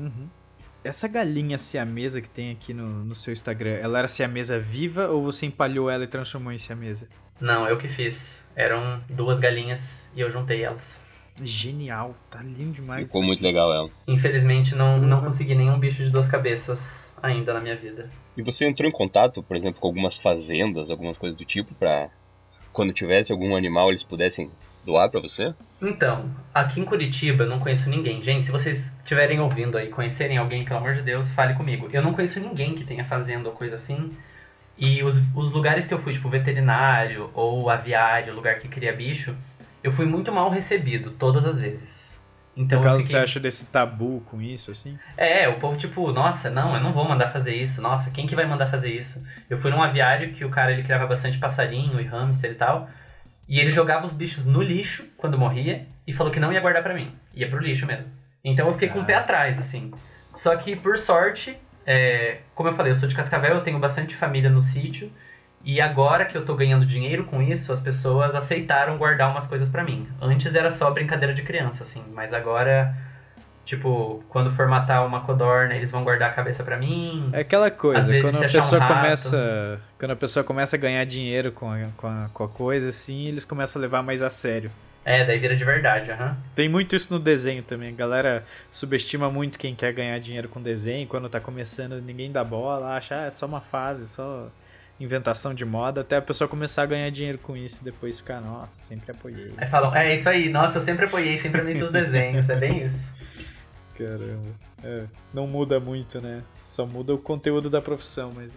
Speaker 1: Essa galinha siamesa que tem aqui no seu Instagram, ela era siamesa viva ou você empalhou ela e transformou em siamesa?
Speaker 2: Não, eu que fiz. Eram 2 galinhas e eu juntei elas.
Speaker 1: Genial, tá lindo demais.
Speaker 3: Ficou muito legal ela.
Speaker 2: Infelizmente não consegui nenhum bicho de 2 cabeças ainda na minha vida.
Speaker 3: E você entrou em contato, por exemplo, com algumas fazendas, algumas coisas do tipo, pra quando tivesse algum animal eles pudessem doar pra você?
Speaker 2: Então, aqui em Curitiba eu não conheço ninguém. Gente, se vocês estiverem ouvindo aí, conhecerem alguém, pelo amor de Deus, fale comigo. Eu não conheço ninguém que tenha fazenda ou coisa assim. E os lugares que eu fui, tipo veterinário ou aviário, lugar que cria bicho, eu fui muito mal recebido todas as vezes. Então
Speaker 1: Por causa você acha desse tabu com isso, assim?
Speaker 2: o povo tipo, nossa, não, eu não vou mandar fazer isso. Nossa, quem que vai mandar fazer isso? Eu fui num aviário que o cara, ele criava bastante passarinho e hamster e tal. E ele jogava os bichos no lixo quando morria e falou que não ia guardar pra mim. Ia pro lixo mesmo. Então eu fiquei com o pé atrás, assim. Só que, por sorte, como eu falei, eu sou de Cascavel, eu tenho bastante família no sítio. E agora que eu tô ganhando dinheiro com isso, as pessoas aceitaram guardar umas coisas pra mim. Antes era só brincadeira de criança, assim. Mas agora, tipo, quando for matar uma codorna, eles vão guardar a cabeça pra mim.
Speaker 1: É aquela coisa,
Speaker 2: quando
Speaker 1: a pessoa começa a ganhar dinheiro com a coisa, assim, eles começam a levar mais a sério.
Speaker 2: Daí vira de verdade,
Speaker 1: Tem muito isso no desenho também. A galera subestima muito quem quer ganhar dinheiro com desenho. Quando tá começando, ninguém dá bola, acha, é só uma fase, só inventação de moda, até a pessoa começar a ganhar dinheiro com isso e depois ficar, nossa, sempre apoiei.
Speaker 2: Aí falam, é isso aí, nossa, eu sempre apoiei, sempre amei seus desenhos, é bem isso.
Speaker 1: Caramba. Não muda muito, né? Só muda o conteúdo da profissão, mas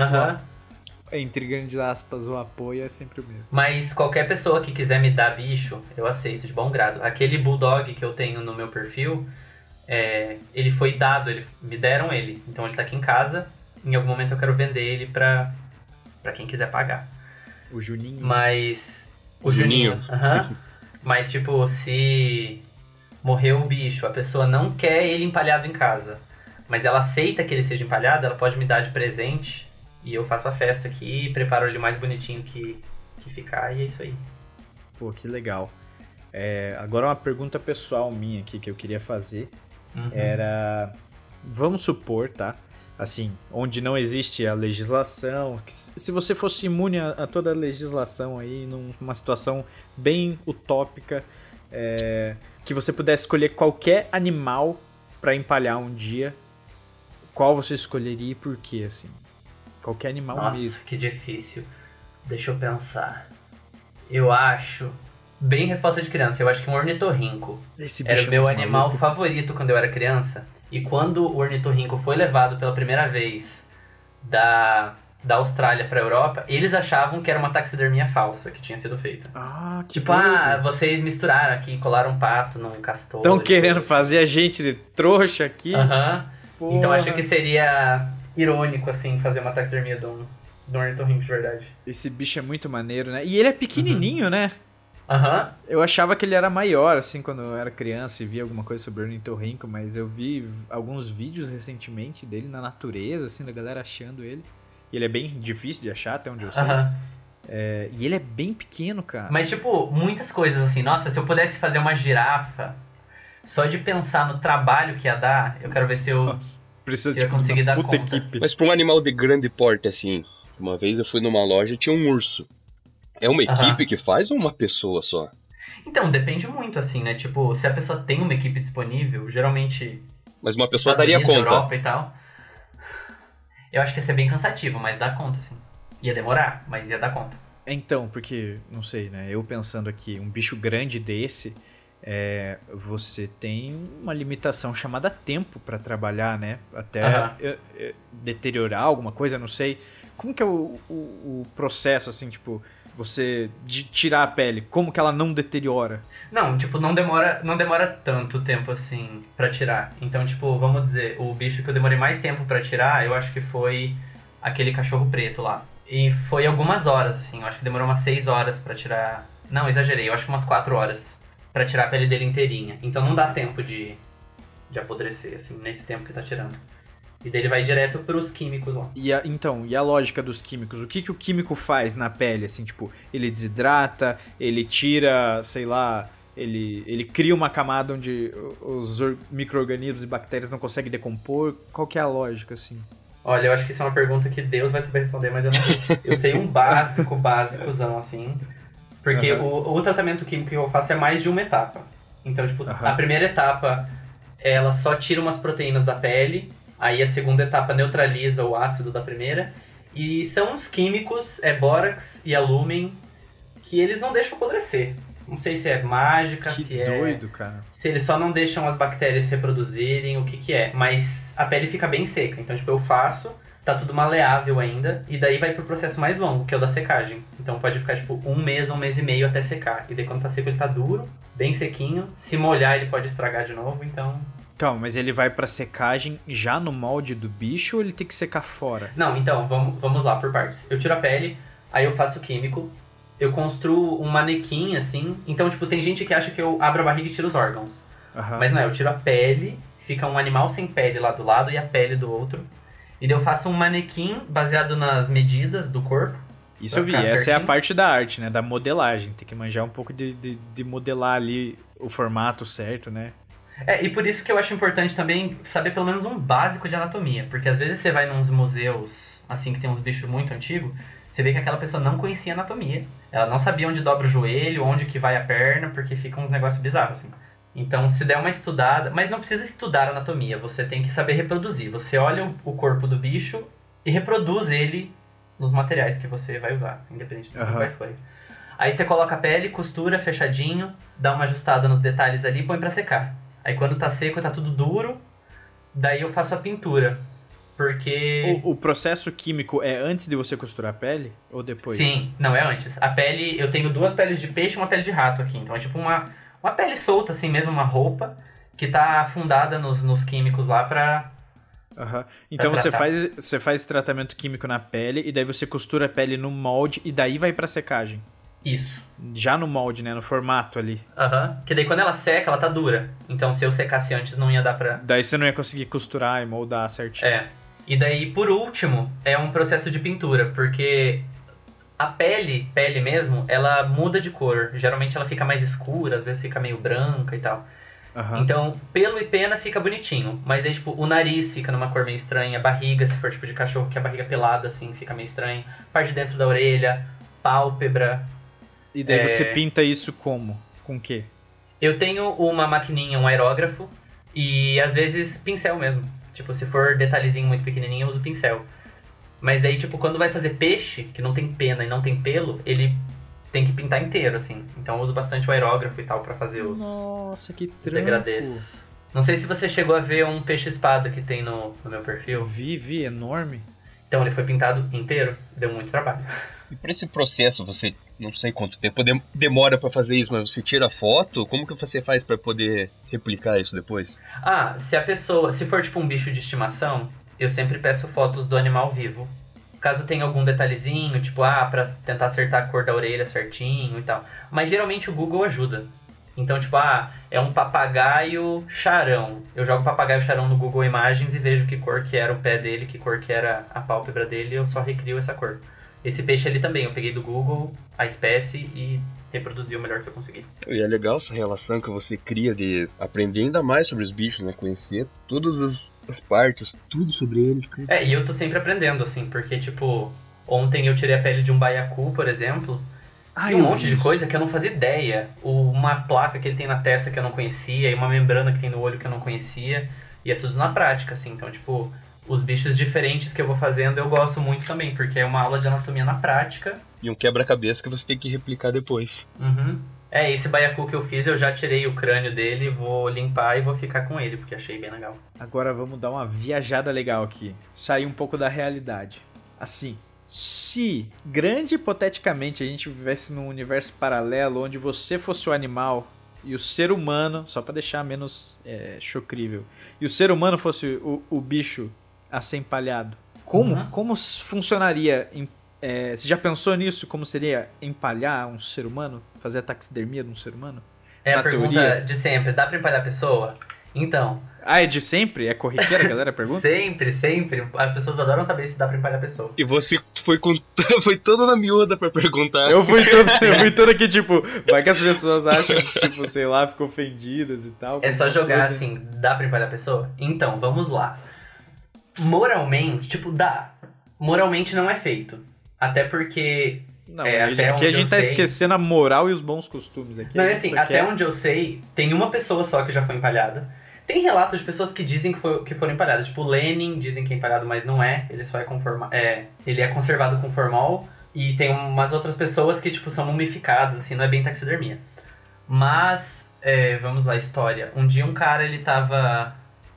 Speaker 1: entre grandes aspas, o apoio é sempre o mesmo.
Speaker 2: Mas qualquer pessoa que quiser me dar bicho, eu aceito de bom grado. Aquele bulldog que eu tenho no meu perfil, ele foi dado, me deram ele. Então ele tá aqui em casa. Em algum momento eu quero vender ele pra quem quiser pagar.
Speaker 1: O Juninho.
Speaker 2: Mas... O Juninho. Mas, tipo, se morreu o bicho, a pessoa não quer ele empalhado em casa, mas ela aceita que ele seja empalhado, ela pode me dar de presente e eu faço a festa aqui, preparo ele mais bonitinho que ficar e é isso aí.
Speaker 1: Pô, que legal. Agora uma pergunta pessoal minha aqui que eu queria fazer era... Vamos supor, tá? Assim, onde não existe a legislação, se você fosse imune a toda a legislação aí, numa situação bem utópica, que você pudesse escolher qualquer animal pra empalhar um dia, qual você escolheria e por quê, assim? Qualquer animal mesmo.
Speaker 2: Nossa, que difícil. Deixa eu pensar. Eu acho... Bem resposta de criança, eu acho que um ornitorrinco.
Speaker 1: Esse bicho
Speaker 2: era o meu animal favorito quando eu era criança. E quando o ornitorrinco foi levado pela primeira vez da Austrália pra Europa, eles achavam que era uma taxidermia falsa que tinha sido feita.
Speaker 1: Ah, que
Speaker 2: tipo, vocês misturaram aqui, colaram um pato num castor.
Speaker 1: Estão querendo fazer a gente de trouxa aqui?
Speaker 2: Então acho que seria irônico, assim, fazer uma taxidermia do ornitorrinco de verdade.
Speaker 1: Esse bicho é muito maneiro, né? E ele é pequenininho, né?
Speaker 2: Eu
Speaker 1: achava que ele era maior, assim, quando eu era criança e via alguma coisa sobre o ornitorrinco, mas eu vi alguns vídeos recentemente dele na natureza, assim, da galera achando ele. E ele é bem difícil de achar, até onde eu sei. E ele é bem pequeno, cara.
Speaker 2: Mas, tipo, muitas coisas, assim, nossa, se eu pudesse fazer uma girafa, só de pensar no trabalho que ia dar, eu quero ver se eu,
Speaker 1: precisa
Speaker 2: se eu conseguir dar conta.
Speaker 1: Equipe.
Speaker 3: Mas pra um animal de grande porte, assim, uma vez eu fui numa loja e tinha um urso. É uma equipe que faz ou uma pessoa só?
Speaker 2: Então, depende muito, assim, né? Tipo, se a pessoa tem uma equipe disponível, geralmente...
Speaker 3: Mas uma pessoa daria conta.
Speaker 2: Europa e tal. Eu acho que ia ser bem cansativo, mas dá conta, assim. Ia demorar, mas ia dar conta.
Speaker 1: Então, porque, não sei, né? Eu pensando aqui, um bicho grande desse, você tem uma limitação chamada tempo pra trabalhar, né? Até deteriorar alguma coisa, não sei. Como que é o processo, assim, tipo... Você de tirar a pele, como que ela não deteriora?
Speaker 2: Não, tipo, não demora tanto tempo assim pra tirar. Então, tipo, vamos dizer, o bicho que eu demorei mais tempo pra tirar, eu acho que foi aquele cachorro preto lá. E foi algumas horas, assim, eu acho que demorou umas 6 horas pra tirar... Não, exagerei, eu acho que umas 4 horas pra tirar a pele dele inteirinha. Então não dá tempo de apodrecer, assim, nesse tempo que tá tirando. E daí ele vai direto pros químicos lá.
Speaker 1: E a lógica dos químicos? O que o químico faz na pele? Assim, tipo, ele desidrata, ele tira, sei lá, ele cria uma camada onde os micro-organismos e bactérias não conseguem decompor? Qual que é a lógica, assim?
Speaker 2: Olha, eu acho que isso é uma pergunta que Deus vai saber responder, mas eu não sei. Eu sei um básicozão, assim. Porque o tratamento químico que eu faço é mais de uma etapa. Então, tipo, a primeira etapa, ela só tira umas proteínas da pele. Aí a segunda etapa neutraliza o ácido da primeira. E são uns químicos, bórax e alúmen, que eles não deixam apodrecer. Não sei se é mágica,
Speaker 1: que doido, cara.
Speaker 2: Se eles só não deixam as bactérias se reproduzirem, o que é. Mas a pele fica bem seca. Então, tipo, eu faço, tá tudo maleável ainda. E daí vai pro processo mais longo, que é o da secagem. Então pode ficar, tipo, 1 mês e meio até secar. E daí quando tá seco ele tá duro, bem sequinho. Se molhar ele pode estragar de novo, então...
Speaker 1: Calma, mas ele vai pra secagem já no molde do bicho ou ele tem que secar fora?
Speaker 2: Não, então, vamos lá por partes. Eu tiro a pele, aí eu faço o químico, eu construo um manequim, assim. Então, tipo, tem gente que acha que eu abro a barriga e tiro os órgãos. Mas não é, eu tiro a pele, fica um animal sem pele lá do lado e a pele do outro. E daí eu faço um manequim baseado nas medidas do corpo.
Speaker 1: Isso eu vi, essa é a parte da arte, né? Da modelagem. Tem que manjar um pouco de modelar ali o formato certo, né?
Speaker 2: E por isso que eu acho importante também saber pelo menos um básico de anatomia. Porque às vezes você vai nos museus, assim, que tem uns bichos muito antigos, você vê que aquela pessoa não conhecia anatomia. Ela não sabia onde dobra o joelho, onde que vai a perna, porque fica uns negócios bizarros, assim. Então, se der uma estudada... Mas não precisa estudar anatomia, você tem que saber reproduzir. Você olha o corpo do bicho e reproduz ele nos materiais que você vai usar, independente do que vai for. Aí você coloca a pele, costura, fechadinho, dá uma ajustada nos detalhes ali e põe pra secar. Aí quando tá seco, tá tudo duro, daí eu faço a pintura. Porque...
Speaker 1: O processo químico é antes de você costurar a pele ou depois?
Speaker 2: Sim, não, é antes. A pele, eu tenho 2 peles de peixe e uma pele de rato aqui. Então é tipo uma pele solta, assim mesmo, uma roupa que tá afundada nos químicos lá pra...
Speaker 1: Uhum. Então você faz tratamento químico na pele e daí você costura a pele no molde e daí vai pra secagem.
Speaker 2: Isso.
Speaker 1: Já no molde, né? No formato ali.
Speaker 2: Aham. Que daí quando ela seca, ela tá dura. Então se eu secasse antes não ia dar pra...
Speaker 1: Daí você não ia conseguir costurar e moldar certinho.
Speaker 2: É. E daí, por último, é um processo de pintura, porque a pele mesmo, ela muda de cor. Geralmente ela fica mais escura, às vezes fica meio branca e tal.
Speaker 1: Uhum.
Speaker 2: Então, pelo e pena fica bonitinho. Mas aí, tipo, o nariz fica numa cor meio estranha, a barriga, se for tipo de cachorro, que é a barriga pelada, assim, fica meio estranho. Parte de dentro da orelha, pálpebra.
Speaker 1: E daí você pinta isso como? Com o quê?
Speaker 2: Eu tenho uma maquininha, um aerógrafo, e às vezes pincel mesmo. Tipo, se for detalhezinho muito pequenininho, eu uso pincel. Mas daí, tipo, quando vai fazer peixe, que não tem pena e não tem pelo, ele tem que pintar inteiro, assim. Então eu uso bastante o aerógrafo e tal pra fazer os...
Speaker 1: Nossa, que trampo.
Speaker 2: degradês. Não sei se você chegou a ver um peixe-espada que tem no meu perfil.
Speaker 1: Vi, enorme.
Speaker 2: Então ele foi pintado inteiro, deu muito trabalho.
Speaker 3: E pra esse processo, você, não sei quanto tempo demora pra fazer isso, mas você tira foto? Como que você faz pra poder replicar isso depois?
Speaker 2: Ah, se for tipo um bicho de estimação, eu sempre peço fotos do animal vivo. Caso tenha algum detalhezinho, tipo, pra tentar acertar a cor da orelha certinho e tal. Mas geralmente o Google ajuda. Então, tipo, é um papagaio charão. Eu jogo papagaio charão no Google Imagens e vejo que cor que era o pé dele, que cor que era a pálpebra dele, e eu só recrio essa cor. Esse peixe ali também, eu peguei do Google a espécie e reproduzi o melhor que eu consegui.
Speaker 3: E é legal essa relação que você cria de aprender ainda mais sobre os bichos, né? Conhecer todas as partes, tudo sobre eles, cara.
Speaker 2: E eu tô sempre aprendendo, assim, porque, tipo, ontem eu tirei a pele de um baiacu, por exemplo, e um monte de coisa que eu não fazia ideia. Uma placa que ele tem na testa que eu não conhecia, e uma membrana que tem no olho que eu não conhecia, e é tudo na prática, assim, então, tipo... Os bichos diferentes que eu vou fazendo eu gosto muito também, porque é uma aula de anatomia na prática.
Speaker 3: E um quebra-cabeça que você tem que replicar depois.
Speaker 2: Uhum. Esse baiacu que eu fiz, eu já tirei o crânio dele, vou limpar e vou ficar com ele, porque achei bem legal.
Speaker 1: Agora vamos dar uma viajada legal aqui. Sair um pouco da realidade. Assim, se, grande hipoteticamente, a gente vivesse num universo paralelo onde você fosse o animal e o ser humano, só pra deixar menos chocrível, e o ser humano fosse o bicho a ser empalhado. Como funcionaria? Você já pensou nisso? Como seria empalhar um ser humano? Fazer a taxidermia de um ser humano?
Speaker 2: É a pergunta de sempre. Dá pra empalhar a pessoa? Então...
Speaker 1: é de sempre? É corriqueira, a galera pergunta?
Speaker 2: Sempre. As pessoas adoram saber se dá pra empalhar a pessoa.
Speaker 3: E você foi todo na miúda pra perguntar.
Speaker 1: Eu fui todo aqui, tipo... Vai que as pessoas acham, tipo, sei lá, ficam ofendidas e tal.
Speaker 2: É só jogar assim, dá pra empalhar a pessoa? Então, vamos lá. Moralmente, tipo, dá. Moralmente não é feito. Até porque...
Speaker 1: Não, aqui a gente tá esquecendo a moral e os bons costumes aqui.
Speaker 2: Não, é assim, até onde eu sei, tem uma pessoa só que já foi empalhada. Tem relatos de pessoas que dizem que foram empalhadas. Tipo, Lenin dizem que é empalhado, mas não é. Ele só ele é conservado com formol. E tem umas outras pessoas que, tipo, são mumificadas, assim, não é bem taxidermia. Mas, vamos lá, história. Um dia um cara, ele tava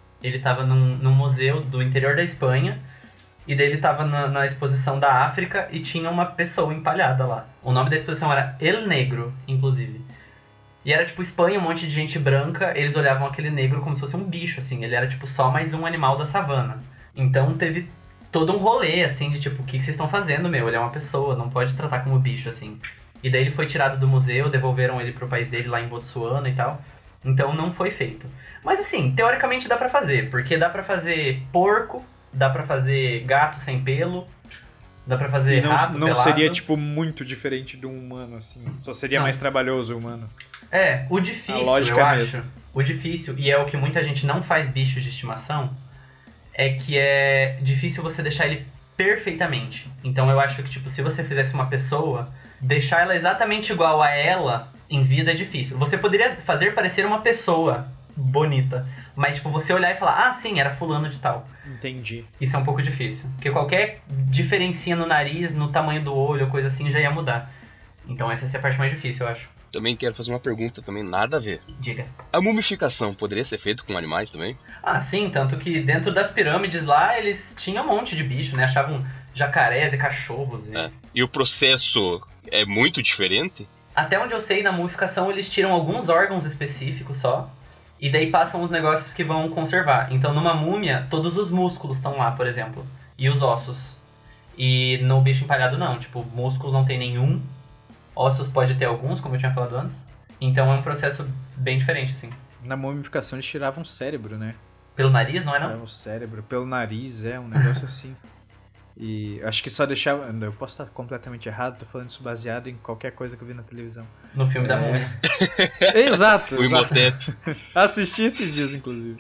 Speaker 2: num museu do interior da Espanha. E daí ele tava na exposição da África e tinha uma pessoa empalhada lá. O nome da exposição era El Negro, inclusive. E era tipo Espanha, um monte de gente branca, eles olhavam aquele negro como se fosse um bicho, assim. Ele era tipo só mais um animal da savana. Então teve todo um rolê, assim, de tipo, o que vocês estão fazendo, meu? Ele é uma pessoa, não pode tratar como bicho, assim. E daí ele foi tirado do museu, devolveram ele pro país dele lá em Botsuana e tal. Então não foi feito. Mas assim, teoricamente dá pra fazer, porque dá pra fazer porco, dá pra fazer gato sem pelo, dá pra fazer rato pelado.
Speaker 1: Não seria, tipo, muito diferente de um humano, assim. Só seria mais trabalhoso o humano.
Speaker 2: O difícil, eu acho. O difícil, e é o que muita gente não faz bichos de estimação, é que é difícil você deixar ele perfeitamente. Então eu acho que, tipo, se você fizesse uma pessoa, deixar ela exatamente igual a ela em vida é difícil. Você poderia fazer parecer uma pessoa bonita, mas, tipo, você olhar e falar, sim, era fulano de tal.
Speaker 1: Entendi.
Speaker 2: Isso é um pouco difícil. Porque qualquer diferencinha no nariz, no tamanho do olho, coisa assim, já ia mudar. Então essa é a parte mais difícil, eu acho.
Speaker 3: também quero fazer uma pergunta também, nada a ver.
Speaker 2: Diga.
Speaker 3: A mumificação poderia ser feita com animais também?
Speaker 2: Ah, sim, tanto que dentro das pirâmides lá, eles tinham um monte de bicho, né? Achavam jacarés e cachorros.
Speaker 3: E o processo é muito diferente?
Speaker 2: Até onde eu sei, na mumificação eles tiram alguns órgãos específicos só, e daí passam os negócios que vão conservar. Então numa múmia, todos os músculos estão lá, por exemplo, e os ossos. E no bicho empalhado não, tipo, músculo não tem nenhum, ossos pode ter alguns, como eu tinha falado antes. Então é um processo bem diferente, assim.
Speaker 1: Na mumificação eles tiravam o cérebro, né?
Speaker 2: Pelo nariz, não é não?
Speaker 1: Tiravam o cérebro, pelo nariz, um negócio assim. E acho que só deixava... Eu posso estar completamente errado, tô falando isso baseado em qualquer coisa que eu vi na televisão.
Speaker 2: No filme da múmia.
Speaker 1: Exato,
Speaker 3: O
Speaker 1: exato.
Speaker 3: Imhotep.
Speaker 1: Assisti esses dias, inclusive.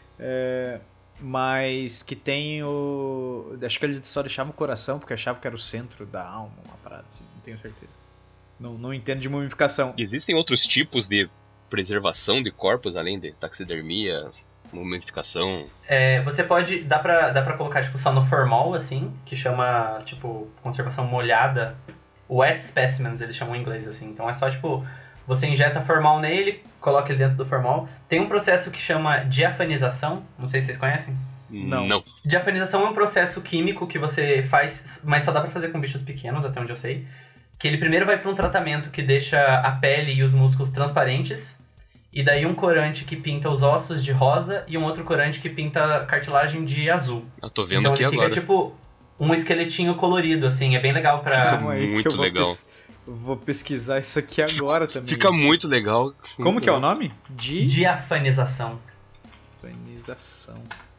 Speaker 1: Mas que tem o... Acho que eles só deixavam o coração, porque achavam que era o centro da alma, uma parada assim, não tenho certeza. Não entendo de mumificação.
Speaker 3: Existem outros tipos de preservação de corpos, além de taxidermia, mumificação?
Speaker 2: Você pode... Dá pra colocar, tipo, só no formol, assim, que chama, tipo, conservação molhada. Wet specimens, eles chamam em inglês, assim. Então é só, tipo, você injeta formol nele, coloca ele dentro do formol. Tem um processo que chama diafanização, não sei se vocês conhecem.
Speaker 3: Não.
Speaker 2: Diafanização é um processo químico que você faz, mas só dá pra fazer com bichos pequenos, até onde eu sei. Que ele primeiro vai pra um tratamento que deixa a pele e os músculos transparentes, e daí um corante que pinta os ossos de rosa e um outro corante que pinta a cartilagem de azul.
Speaker 3: Eu tô vendo
Speaker 2: então
Speaker 3: aqui
Speaker 2: ele fica
Speaker 3: agora.
Speaker 2: tipo um esqueletinho colorido, assim, é bem legal pra...
Speaker 1: Calma aí,
Speaker 3: muito
Speaker 1: que eu
Speaker 3: legal.
Speaker 1: Vou pesquisar isso aqui agora também.
Speaker 3: Fica muito legal.
Speaker 1: Como que é o nome?
Speaker 2: Diafanização.
Speaker 1: Diafanização.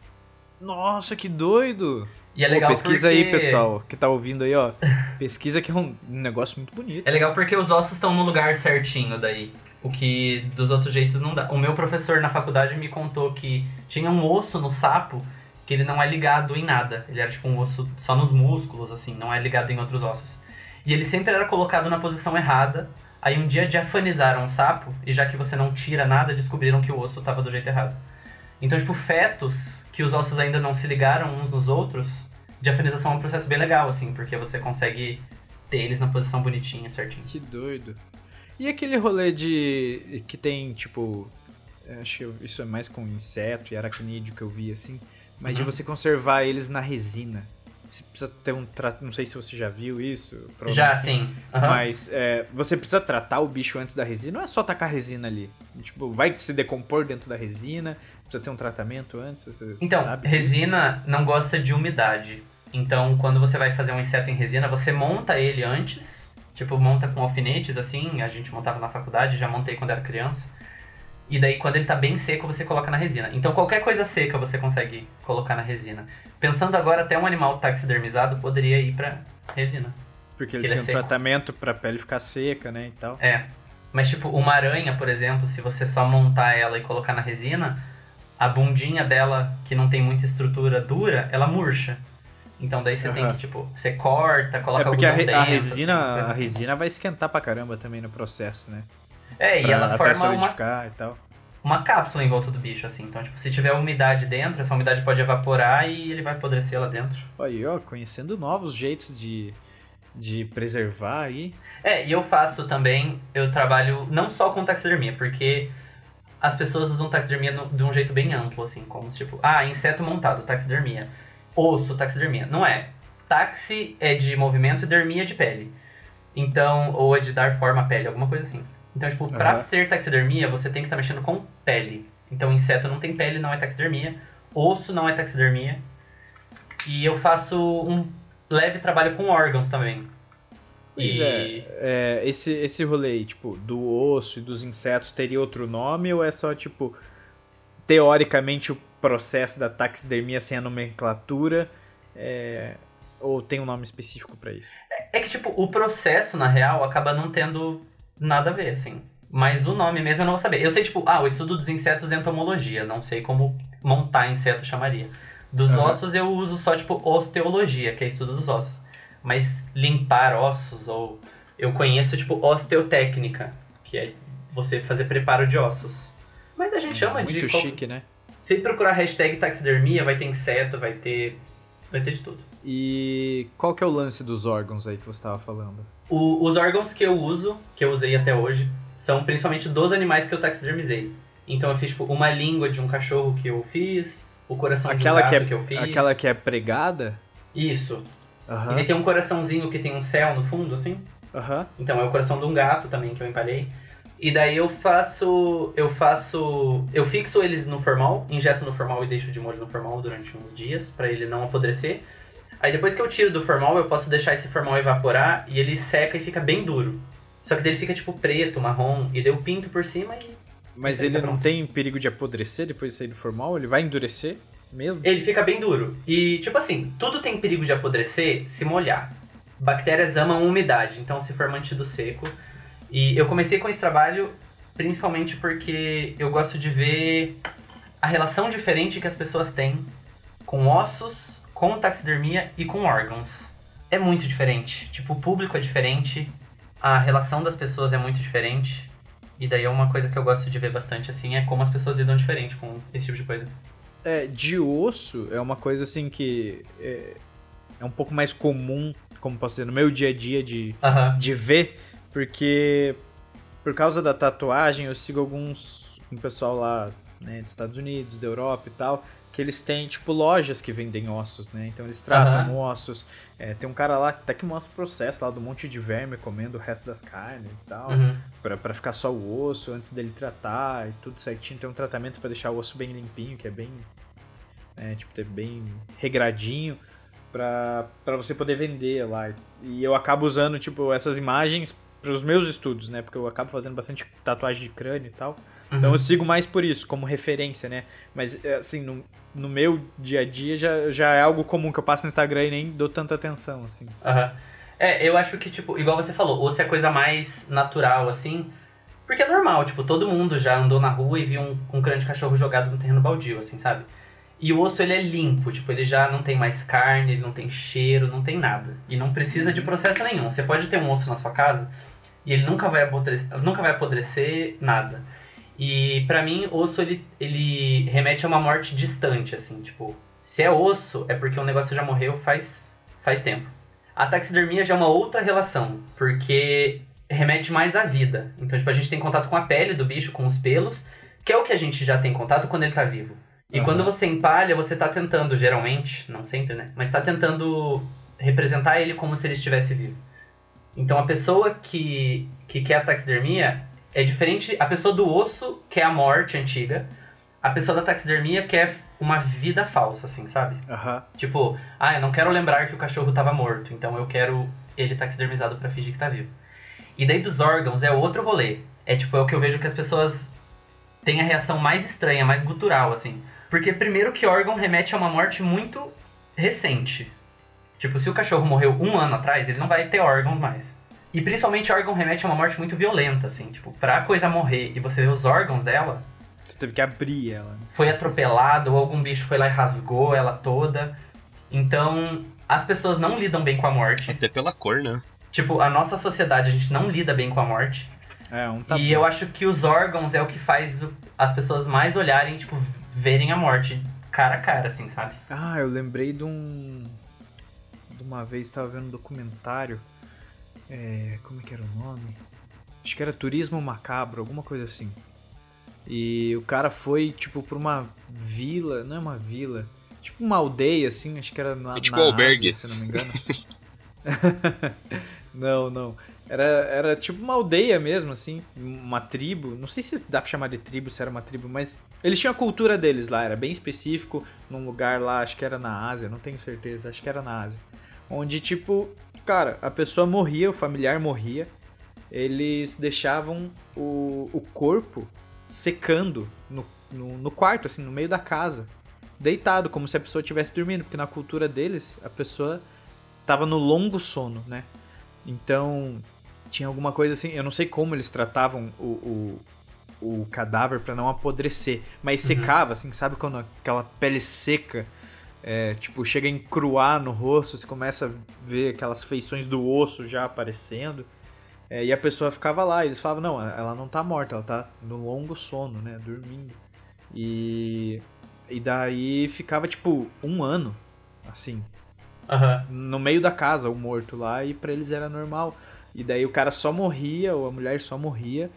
Speaker 1: Nossa, que doido!
Speaker 2: E é legal
Speaker 1: pesquisa
Speaker 2: porque...
Speaker 1: aí, pessoal, que tá ouvindo aí, ó. Pesquisa que é um negócio muito bonito.
Speaker 2: É legal porque os ossos estão no lugar certinho daí. O que dos outros jeitos não dá. O meu professor na faculdade me contou que tinha um osso no sapo que ele não é ligado em nada. Ele era tipo um osso só nos músculos, assim, não é ligado em outros ossos. E ele sempre era colocado na posição errada. Aí um dia diafanizaram o sapo, e já que você não tira nada, descobriram que o osso estava do jeito errado. Então, tipo, fetos, que os ossos ainda não se ligaram uns nos outros, diafanização é um processo bem legal, assim, porque você consegue ter eles na posição bonitinha, certinho.
Speaker 1: Que doido. E aquele rolê que tem, tipo... Acho que isso é mais com inseto e aracnídeo que eu vi, assim. Mas de você conservar eles na resina. Você precisa ter não sei se você já viu isso.
Speaker 2: Já, sim. Uhum.
Speaker 1: Mas você precisa tratar o bicho antes da resina. Não é só tacar resina ali. Tipo, vai se decompor dentro da resina. Precisa ter um tratamento antes. Você
Speaker 2: então,
Speaker 1: sabe
Speaker 2: resina
Speaker 1: disso?
Speaker 2: não gosta de umidade. Então, quando você vai fazer um inseto em resina, você monta ele antes. Tipo, monta com alfinetes, assim. A gente montava na faculdade, já montei quando era criança. E daí, quando ele tá bem seco, você coloca na resina. Então, qualquer coisa seca você consegue colocar na resina. Pensando agora, até um animal taxidermizado poderia ir pra resina.
Speaker 1: Porque ele tem um
Speaker 2: seco.
Speaker 1: tratamento pra pele ficar seca, né, e tal.
Speaker 2: Mas, tipo, uma aranha, por exemplo, se você só montar ela e colocar na resina, a bundinha dela, que não tem muita estrutura dura, ela murcha. Então, daí você tem que, tipo, você corta, coloca
Speaker 1: porque
Speaker 2: algodão dentro,
Speaker 1: a
Speaker 2: assim.
Speaker 1: resina vai esquentar pra caramba também no processo, né?
Speaker 2: E ela
Speaker 1: até
Speaker 2: forma
Speaker 1: solidificar e tal.
Speaker 2: uma cápsula em volta do bicho, assim. Então, tipo, se tiver umidade dentro, essa umidade pode evaporar e ele vai apodrecer lá dentro.
Speaker 1: Aí, ó, conhecendo novos jeitos de preservar aí.
Speaker 2: E eu faço também, eu trabalho não só com taxidermia, porque as pessoas usam taxidermia de um jeito bem amplo, assim, como tipo, inseto montado, taxidermia. Osso, taxidermia. Não é. Taxi é de movimento e dermia de pele. Então, ou é de dar forma à pele, alguma coisa assim. Então, tipo, pra ser taxidermia, você tem que estar mexendo com pele. Então, inseto não tem pele, não é taxidermia. Osso não é taxidermia. E eu faço um leve trabalho com órgãos também.
Speaker 1: Pois esse rolê aí, tipo, do osso e dos insetos teria outro nome ou é só, tipo, teoricamente o processo da taxidermia sem a nomenclatura, ou tem um nome específico pra isso?
Speaker 2: É que, tipo, o processo, na real, acaba não tendo nada a ver, assim. Mas o nome mesmo eu não vou saber. Eu sei, tipo, o estudo dos insetos é entomologia. Não sei como montar inseto chamaria. Dos ossos eu uso só, tipo, osteologia, que é estudo dos ossos. Mas limpar ossos, ou... Eu conheço, tipo, osteotécnica, que é você fazer preparo de ossos. Mas a gente chama de...
Speaker 1: Muito chique, né?
Speaker 2: Se procurar hashtag taxidermia, vai ter inseto, vai ter de tudo.
Speaker 1: E qual que é o lance dos órgãos aí que você estava falando?
Speaker 2: Os órgãos que eu uso, que eu usei até hoje, são principalmente dos animais que eu taxidermizei. Então eu fiz, tipo, uma língua de um cachorro que eu fiz, o coração de um gato que eu fiz.
Speaker 1: Aquela que é pregada?
Speaker 2: Isso.
Speaker 1: Aham.
Speaker 2: E daí tem um coraçãozinho que tem um céu no fundo, assim.
Speaker 1: Aham.
Speaker 2: Então é o coração de um gato também que eu empalhei. E daí eu fixo eles no formal, injeto no formal e deixo de molho no formal durante uns dias, pra ele não apodrecer. Aí depois que eu tiro do formal, eu posso deixar esse formal evaporar e ele seca e fica bem duro. Só que daí ele fica tipo preto, marrom, e daí eu pinto por cima e...
Speaker 1: Mas ele não tem perigo de apodrecer depois de sair do formal? Ele vai endurecer mesmo?
Speaker 2: Ele fica bem duro. E, tipo assim, tudo tem perigo de apodrecer se molhar. Bactérias amam umidade, então se for mantido seco. E eu comecei com esse trabalho principalmente porque eu gosto de ver a relação diferente que as pessoas têm com ossos, com taxidermia e com órgãos. É muito diferente. Tipo, o público é diferente, a relação das pessoas é muito diferente. E daí é uma coisa que eu gosto de ver bastante, assim, é como as pessoas lidam diferente com esse tipo de coisa.
Speaker 1: De osso é uma coisa assim que é um pouco mais comum, como posso dizer, no meu dia a dia de ver, porque por causa da tatuagem eu sigo um pessoal lá, né, dos Estados Unidos, da Europa e tal, que eles têm, tipo, lojas que vendem ossos, né? Então eles tratam ossos. Tem um cara lá até que mostra o processo lá do monte de verme comendo o resto das carnes e tal, pra ficar só o osso antes dele tratar e tudo certinho. Tem um tratamento pra deixar o osso bem limpinho, que é bem, bem regradinho, pra você poder vender lá. E eu acabo usando, tipo, essas imagens pros meus estudos, né? Porque eu acabo fazendo bastante tatuagem de crânio e tal. Então eu sigo mais por isso, como referência, né? Mas, assim, no meu dia a dia já é algo comum que eu passo no Instagram e nem dou tanta atenção, assim.
Speaker 2: Eu acho que, tipo, igual você falou, osso é a coisa mais natural, assim, porque é normal, tipo, todo mundo já andou na rua e viu um crânio de cachorro jogado no terreno baldio, assim, sabe? E o osso, ele é limpo, tipo, ele já não tem mais carne, ele não tem cheiro, não tem nada. E não precisa de processo nenhum. Você pode ter um osso na sua casa e ele nunca vai apodrecer nada. E pra mim, osso, ele remete a uma morte distante, assim, tipo... Se é osso, é porque o negócio já morreu faz tempo. A taxidermia já é uma outra relação, porque remete mais à vida. Então, tipo, a gente tem contato com a pele do bicho, com os pelos, que é o que a gente já tem contato quando ele tá vivo. E quando você empalha, você tá tentando, geralmente, não sempre, né? Mas tá tentando representar ele como se ele estivesse vivo. Então, a pessoa que quer a taxidermia... É diferente, a pessoa do osso quer a morte antiga, a pessoa da taxidermia quer uma vida falsa, assim, sabe? Tipo, eu não quero lembrar que o cachorro tava morto, então eu quero ele taxidermizado pra fingir que tá vivo. E daí dos órgãos é outro rolê. É tipo, é o que eu vejo que as pessoas têm a reação mais estranha, mais gutural, assim. Porque primeiro que órgão remete a uma morte muito recente. Tipo, se o cachorro morreu 1 ano atrás, ele não vai ter órgãos mais. E principalmente órgão remete a uma morte muito violenta, assim. Tipo, pra coisa morrer e você ver os órgãos dela...
Speaker 1: Você teve que abrir ela.
Speaker 2: Foi atropelado, ou algum bicho foi lá e rasgou ela toda. Então, as pessoas não lidam bem com a morte.
Speaker 3: Até pela cor, né?
Speaker 2: Tipo, a nossa sociedade, a gente não lida bem com a morte.
Speaker 1: Um tabu.
Speaker 2: E eu acho que os órgãos é o que faz as pessoas mais olharem, tipo, verem a morte cara a cara, assim, sabe?
Speaker 1: Eu lembrei de uma vez, tava vendo um documentário... como é que era o nome? Acho que era Turismo Macabro, alguma coisa assim. E o cara foi, tipo, pra uma vila, não é uma vila, tipo uma aldeia, assim, acho que era na
Speaker 3: albergue.
Speaker 1: Ásia, se não me engano. Não. Era tipo uma aldeia mesmo, assim, uma tribo. Não sei se dá pra chamar de tribo, se era uma tribo, mas eles tinham a cultura deles lá, era bem específico, num lugar lá, acho que era na Ásia, não tenho certeza, acho que era na Ásia. Onde, tipo... Cara, a pessoa morria, o familiar morria, eles deixavam o corpo secando no quarto, assim, no meio da casa, deitado, como se a pessoa estivesse dormindo, porque na cultura deles, a pessoa tava no longo sono, né? Então, tinha alguma coisa assim, eu não sei como eles tratavam o cadáver pra não apodrecer, mas secava, assim, sabe quando aquela pele seca... tipo, chega a encruar no rosto, você começa a ver aquelas feições do osso já aparecendo, e a pessoa ficava lá, e eles falavam, não, ela não tá morta, ela tá no longo sono, né, dormindo. E daí ficava, tipo, 1 ano, assim, no meio da casa, o morto lá, e pra eles era normal. E daí o cara só morria, ou a mulher só morria,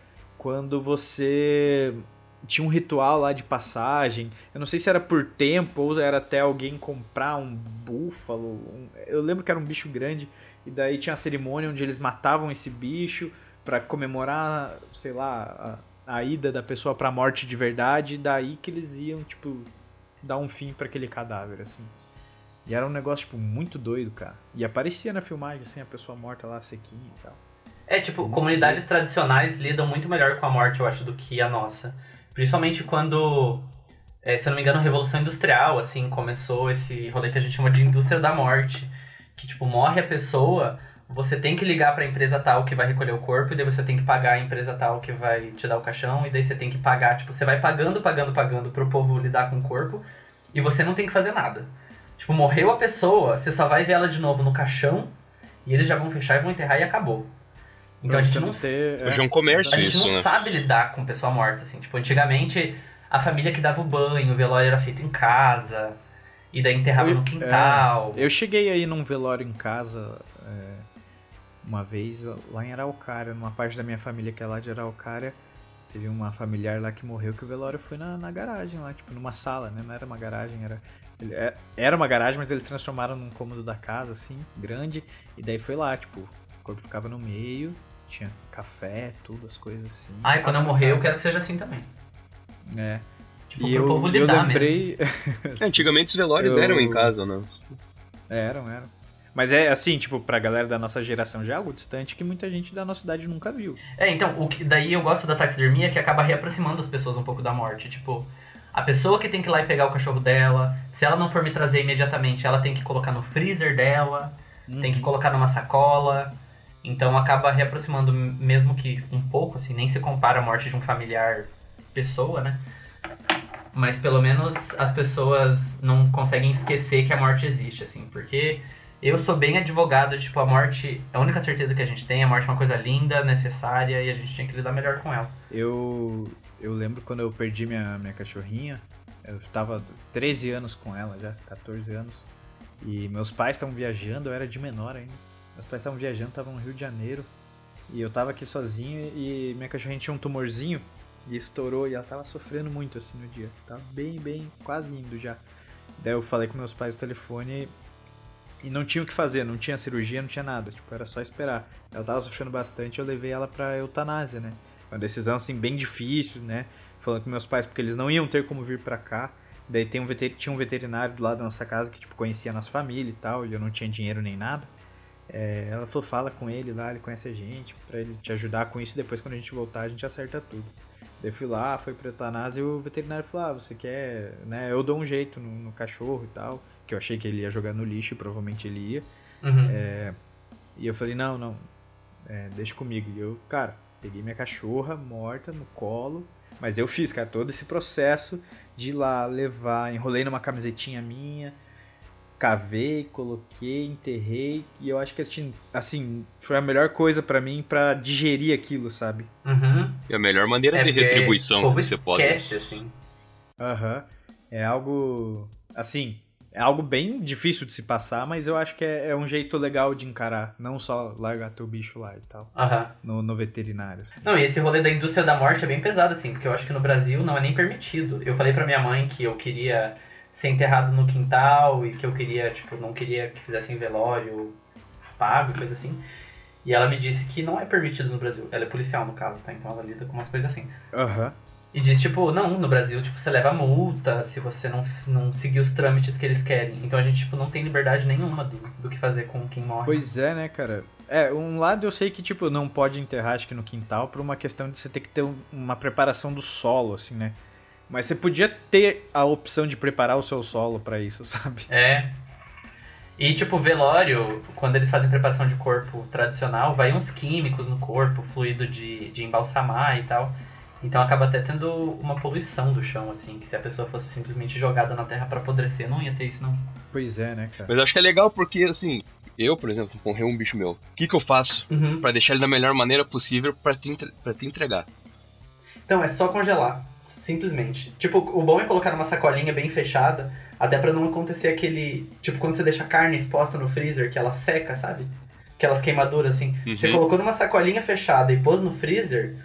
Speaker 1: quando você tinha um ritual lá de passagem. Eu não sei se era por tempo ou era até alguém comprar um búfalo. Eu lembro que era um bicho grande. E daí tinha a cerimônia onde eles matavam esse bicho pra comemorar, sei lá, a ida da pessoa pra morte de verdade. E daí que eles iam, tipo, dar um fim pra aquele cadáver, assim. E era um negócio, tipo, muito doido, cara. E aparecia na filmagem, assim, a pessoa morta lá, sequinha e tal.
Speaker 2: Tipo, comunidades tradicionais lidam muito melhor com a morte, eu acho, do que a nossa. Principalmente quando, se eu não me engano, a Revolução Industrial, assim, começou esse rolê que a gente chama de indústria da morte. Que, tipo, morre a pessoa, você tem que ligar pra empresa tal que vai recolher o corpo, e daí você tem que pagar a empresa tal que vai te dar o caixão, e daí você tem que pagar, tipo, você vai pagando pro povo lidar com o corpo, e você não tem que fazer nada. Tipo, morreu a pessoa, você só vai ver ela de novo no caixão, e eles já vão fechar e vão enterrar e acabou. Então a gente não,
Speaker 3: hoje é um comércio
Speaker 2: a gente
Speaker 3: isso,
Speaker 2: não
Speaker 3: né?
Speaker 2: sabe lidar com pessoa morta, assim. Tipo, antigamente a família que dava o banho, o velório era feito em casa, e daí enterrava no quintal.
Speaker 1: Eu cheguei aí num velório em casa uma vez, lá em Araucária, numa parte da minha família que é lá de Araucária. Teve uma familiar lá que morreu que o velório foi na garagem lá, tipo, numa sala, né? Não era uma garagem, era uma garagem, mas eles transformaram num cômodo da casa, assim, grande. E daí foi lá, tipo, o corpo ficava no meio, tinha café, tudo, as coisas assim.
Speaker 2: E quando eu morrer eu quero que seja assim também. Tipo,
Speaker 1: E
Speaker 2: pro povo lidar
Speaker 1: eu lembrei...
Speaker 3: Antigamente os velórios eram em casa, né?
Speaker 1: Eram. Mas é assim, tipo, pra galera da nossa geração já é algo distante que muita gente da nossa idade nunca viu.
Speaker 2: Então, o que daí eu gosto da taxidermia que acaba reaproximando as pessoas um pouco da morte. Tipo, a pessoa que tem que ir lá e pegar o cachorro dela, se ela não for me trazer imediatamente, ela tem que colocar no freezer dela, tem que colocar numa sacola. Então acaba reaproximando, mesmo que um pouco, assim, nem se compara a morte de um familiar pessoa, né? Mas pelo menos as pessoas não conseguem esquecer que a morte existe, assim, porque eu sou bem advogado, tipo, a morte, a única certeza que a gente tem, a morte é uma coisa linda, necessária, e a gente tinha que lidar melhor com ela.
Speaker 1: Eu lembro quando eu perdi minha cachorrinha, eu tava 13 anos com ela já, 14 anos, e meus pais estavam viajando, eu era de menor ainda. Meus pais estavam viajando, estavam no Rio de Janeiro, e eu tava aqui sozinho, e minha cachorrinha tinha um tumorzinho, e estourou, e ela tava sofrendo muito, assim, no dia. Tava bem, quase indo já. Daí eu falei com meus pais no telefone, e não tinha o que fazer, não tinha cirurgia, não tinha nada, tipo, era só esperar. Ela tava sofrendo bastante, eu levei ela pra eutanásia, né? Foi uma decisão, assim, bem difícil, né? Falando com meus pais, porque eles não iam ter como vir pra cá. Daí tinha um veterinário do lado da nossa casa que, tipo, conhecia a nossa família e tal, e eu não tinha dinheiro nem nada. Ela falou, fala com ele lá, ele conhece a gente, pra ele te ajudar com isso, depois quando a gente voltar a gente acerta tudo. Daí eu fui lá, foi pra eutanásia e o veterinário falou, você quer, né, eu dou um jeito no cachorro e tal, que eu achei que ele ia jogar no lixo e provavelmente ele ia. E eu falei, não, deixa comigo. E eu, cara, peguei minha cachorra morta no colo, mas eu fiz, cara, todo esse processo de ir lá levar, enrolei numa camisetinha minha, cavei, coloquei, enterrei, e eu acho que, assim, foi a melhor coisa pra mim pra digerir aquilo, sabe?
Speaker 3: É a melhor maneira de retribuição que você pode.
Speaker 2: Assim.
Speaker 1: É algo, assim, é algo bem difícil de se passar, mas eu acho que é um jeito legal de encarar, não só largar teu bicho lá e tal, no veterinário. Assim.
Speaker 2: Não, e esse rolê da indústria da morte é bem pesado, assim, porque eu acho que no Brasil não é nem permitido. Eu falei pra minha mãe que eu queria ser enterrado no quintal e que eu queria, tipo, não queria que fizessem velório pago e coisa assim. E ela me disse que não é permitido no Brasil. Ela é policial, no caso, tá? Então ela lida com umas coisas assim. E diz, tipo, não, no Brasil, tipo, você leva multa se você não seguir os trâmites que eles querem. Então a gente, tipo, não tem liberdade nenhuma do que fazer com quem morre.
Speaker 1: Pois é, né, cara? Um lado eu sei que, tipo, não pode enterrar, acho que no quintal, por uma questão de você ter que ter uma preparação do solo, assim, né? Mas você podia ter a opção de preparar o seu solo pra isso, sabe?
Speaker 2: E, tipo, velório, quando eles fazem preparação de corpo tradicional, vai uns químicos no corpo, fluido de embalsamar e tal. Então acaba até tendo uma poluição do chão, assim, que se a pessoa fosse simplesmente jogada na terra pra apodrecer, não ia ter isso, não.
Speaker 1: Pois é, né, cara?
Speaker 3: Mas eu acho que é legal porque, assim, eu, por exemplo, morreu um bicho meu. O que eu faço pra deixar ele da melhor maneira possível pra te entregar?
Speaker 2: Então, é só congelar. Simplesmente. Tipo, o bom é colocar numa sacolinha bem fechada, até pra não acontecer aquele... Tipo, quando você deixa a carne exposta no freezer, que ela seca, sabe? Aquelas queimaduras, assim. Você colocou numa sacolinha fechada e pôs no freezer,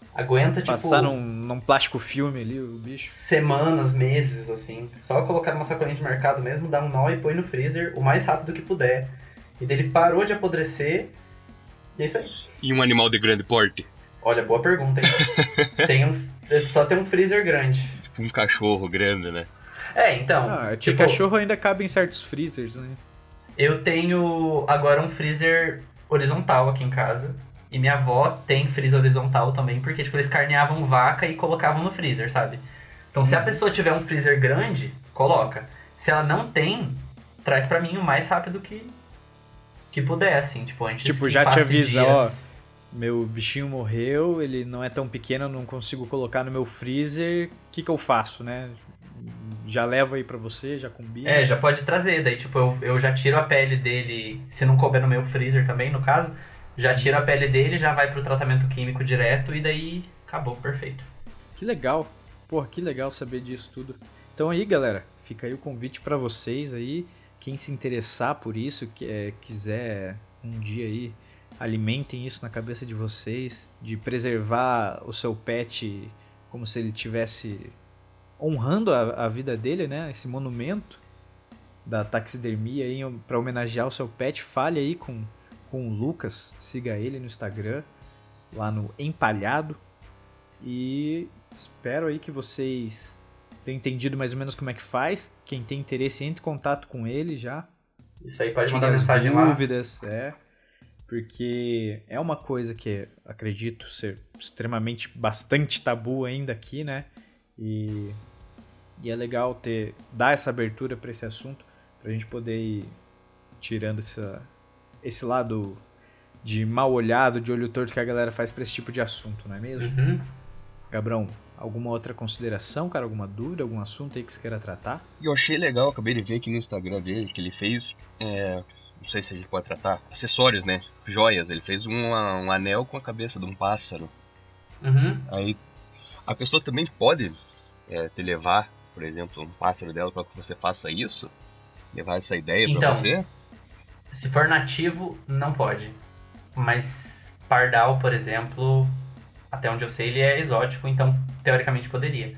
Speaker 2: Aguenta, tipo,
Speaker 1: Passar num plástico filme ali, o bicho.
Speaker 2: semanas, meses, assim. Só colocar numa sacolinha de mercado mesmo, dar um nó e põe no freezer o mais rápido que puder. E daí ele parou de apodrecer, e é isso aí.
Speaker 3: E um animal de grande porte?
Speaker 2: Olha, boa pergunta, hein? Só tem um freezer grande.
Speaker 3: Tipo um cachorro grande, né?
Speaker 2: Então,
Speaker 1: Que cachorro ainda cabe em certos freezers, né?
Speaker 2: eu tenho agora um freezer horizontal aqui em casa. E minha avó tem freezer horizontal também, porque, tipo, eles carneavam vaca e colocavam no freezer, sabe? Então, se a pessoa tiver um freezer grande, coloca. Se ela não tem, traz pra mim o mais rápido que puder, assim. Tipo, antes
Speaker 1: Tipo,
Speaker 2: que
Speaker 1: já te
Speaker 2: passe
Speaker 1: avisa,
Speaker 2: dias.
Speaker 1: Meu bichinho morreu, ele não é tão pequeno, eu não consigo colocar no meu freezer, o que eu faço, né? Já levo aí pra você, já combina.
Speaker 2: Já pode trazer. Daí, tipo, eu já tiro a pele dele, se não couber no meu freezer também, no caso, já tiro a pele dele, já vai pro tratamento químico direto e daí acabou, perfeito.
Speaker 1: Que legal. Porra, que legal saber disso tudo. Então aí, galera, fica aí o convite pra vocês aí, quem se interessar por isso, quiser um dia aí, alimentem isso na cabeça de vocês, de preservar o seu pet como se ele tivesse honrando a vida dele, né? Esse monumento da taxidermia aí para homenagear o seu pet. Fale aí com o Lucas, siga ele no Instagram, lá no Empalhado. E espero aí que vocês tenham entendido mais ou menos como é que faz. Quem tem interesse, entre em contato com ele já.
Speaker 2: Isso aí, pode
Speaker 1: Tire
Speaker 2: mandar
Speaker 1: as
Speaker 2: mensagem lá.
Speaker 1: dúvidas, porque é uma coisa que acredito ser extremamente bastante tabu ainda aqui, né? E é legal dar essa abertura para esse assunto, pra gente poder ir tirando esse lado de mal olhado, de olho torto que a galera faz pra esse tipo de assunto, não é mesmo?
Speaker 2: Uhum.
Speaker 1: Gabrão, alguma outra consideração, cara? Alguma dúvida, algum assunto aí que você queira tratar?
Speaker 3: E eu achei legal, acabei de ver aqui no Instagram dele, que ele fez, não sei se a gente pode tratar, acessórios, né? Joias, ele fez um anel com a cabeça de um pássaro.
Speaker 2: Uhum.
Speaker 3: Aí a pessoa também pode te levar, por exemplo, um pássaro dela para que você faça isso? Levar essa ideia
Speaker 2: Então,
Speaker 3: para você?
Speaker 2: Se for nativo, não pode. Mas pardal, por exemplo, até onde eu sei, ele é exótico, então teoricamente poderia.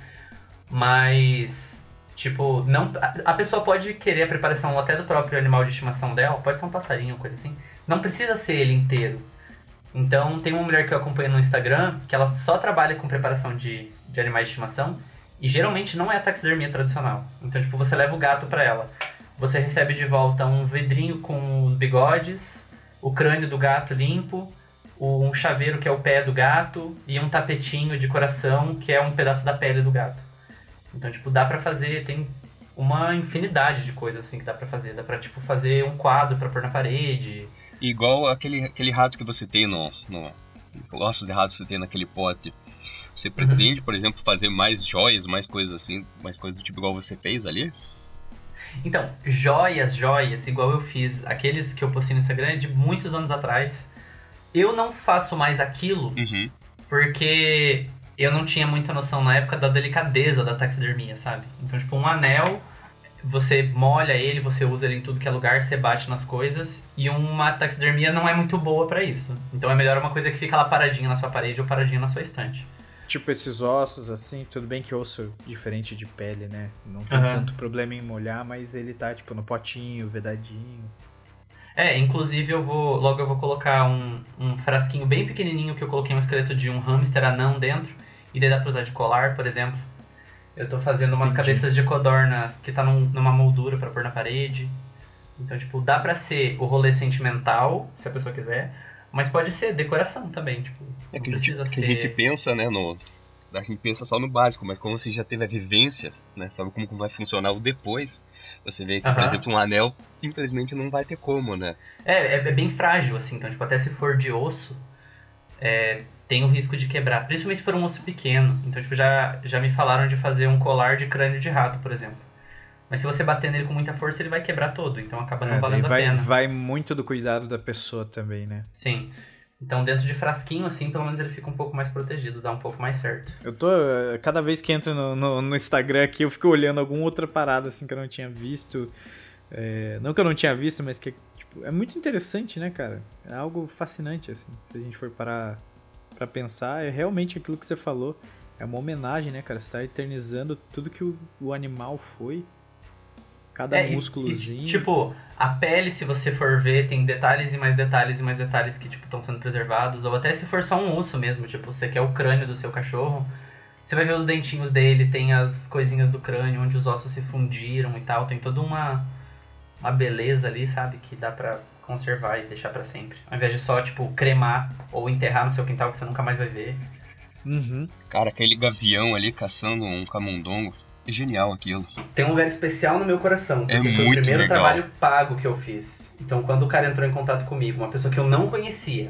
Speaker 2: Mas, tipo, não, a pessoa pode querer a preparação até do próprio animal de estimação dela, pode ser um passarinho, coisa assim. Não precisa ser ele inteiro. Então, tem uma mulher que eu acompanho no Instagram, que ela só trabalha com preparação de animais de estimação, e geralmente não é a taxidermia tradicional. Então, tipo, você leva o gato pra ela. Você recebe de volta um vidrinho com os bigodes, o crânio do gato limpo, um chaveiro que é o pé do gato e um tapetinho de coração que é um pedaço da pele do gato. Então, tipo, dá pra fazer, tem uma infinidade de coisas assim que dá pra fazer. Dá pra, tipo, fazer um quadro pra pôr na parede.
Speaker 3: Igual aquele rato que você tem no ossos de rato que você tem naquele pote. Você pretende, por exemplo, fazer mais joias, mais coisas assim, mais coisas do tipo igual você fez ali?
Speaker 2: Então, joias, igual eu fiz, aqueles que eu postei no Instagram de muitos anos atrás, eu não faço mais aquilo, porque eu não tinha muita noção na época da delicadeza da taxidermia, sabe? Então, tipo, um anel, você molha ele, você usa ele em tudo que é lugar, você bate nas coisas, e uma taxidermia não é muito boa pra isso. Então é melhor uma coisa que fica lá paradinha na sua parede ou paradinha na sua estante.
Speaker 1: Tipo esses ossos, assim, tudo bem que osso diferente de pele, né? Não tem tanto problema em molhar, mas ele tá, tipo, no potinho, vedadinho.
Speaker 2: Inclusive logo eu vou colocar um frasquinho bem pequenininho que eu coloquei um esqueleto de um hamster anão dentro, e daí dá pra usar de colar, por exemplo. Eu tô fazendo umas cabeças de codorna que tá numa moldura pra pôr na parede. Então, tipo, dá pra ser o rolê sentimental, se a pessoa quiser, mas pode ser decoração também, tipo, não precisa ser...
Speaker 3: Que a gente pensa, né, a gente pensa só no básico, mas como você já teve a vivência, né, sabe como vai funcionar o depois, você vê que, por exemplo, um anel, infelizmente, não vai ter como, né?
Speaker 2: É bem frágil, assim, então, tipo, até se for de osso, tem o risco de quebrar, principalmente se for um osso pequeno. Então, tipo, já me falaram de fazer um colar de crânio de rato, por exemplo. Mas se você bater nele com muita força, ele vai quebrar todo, então acaba não valendo a pena.
Speaker 1: Vai muito do cuidado da pessoa também, né?
Speaker 2: Sim. Então, dentro de frasquinho, assim, pelo menos ele fica um pouco mais protegido, dá um pouco mais certo.
Speaker 1: Eu tô... Cada vez que entro no Instagram aqui, eu fico olhando alguma outra parada, assim, que eu não tinha visto. Não que eu não tinha visto, mas que, tipo, é muito interessante, né, cara? É algo fascinante, assim, se a gente for parar pra pensar, é realmente aquilo que você falou. É uma homenagem, né, cara? Você tá eternizando tudo que o animal foi. Cada músculozinho.
Speaker 2: Tipo, a pele, se você for ver, tem detalhes e mais detalhes e mais detalhes que, tipo, estão sendo preservados. Ou até se for só um osso mesmo, tipo, você quer o crânio do seu cachorro, você vai ver os dentinhos dele, tem as coisinhas do crânio, onde os ossos se fundiram e tal. Tem toda uma beleza ali, sabe? Que dá pra conservar e deixar pra sempre. Ao invés de só, tipo, cremar ou enterrar no seu quintal que você nunca mais vai ver.
Speaker 1: Uhum.
Speaker 3: Cara, aquele gavião ali caçando um camundongo. É genial aquilo.
Speaker 2: Tem um lugar especial no meu coração, porque foi o
Speaker 3: muito
Speaker 2: primeiro
Speaker 3: legal.
Speaker 2: trabalho pago que eu fiz. Então, quando o cara entrou em contato comigo, uma pessoa que eu não conhecia,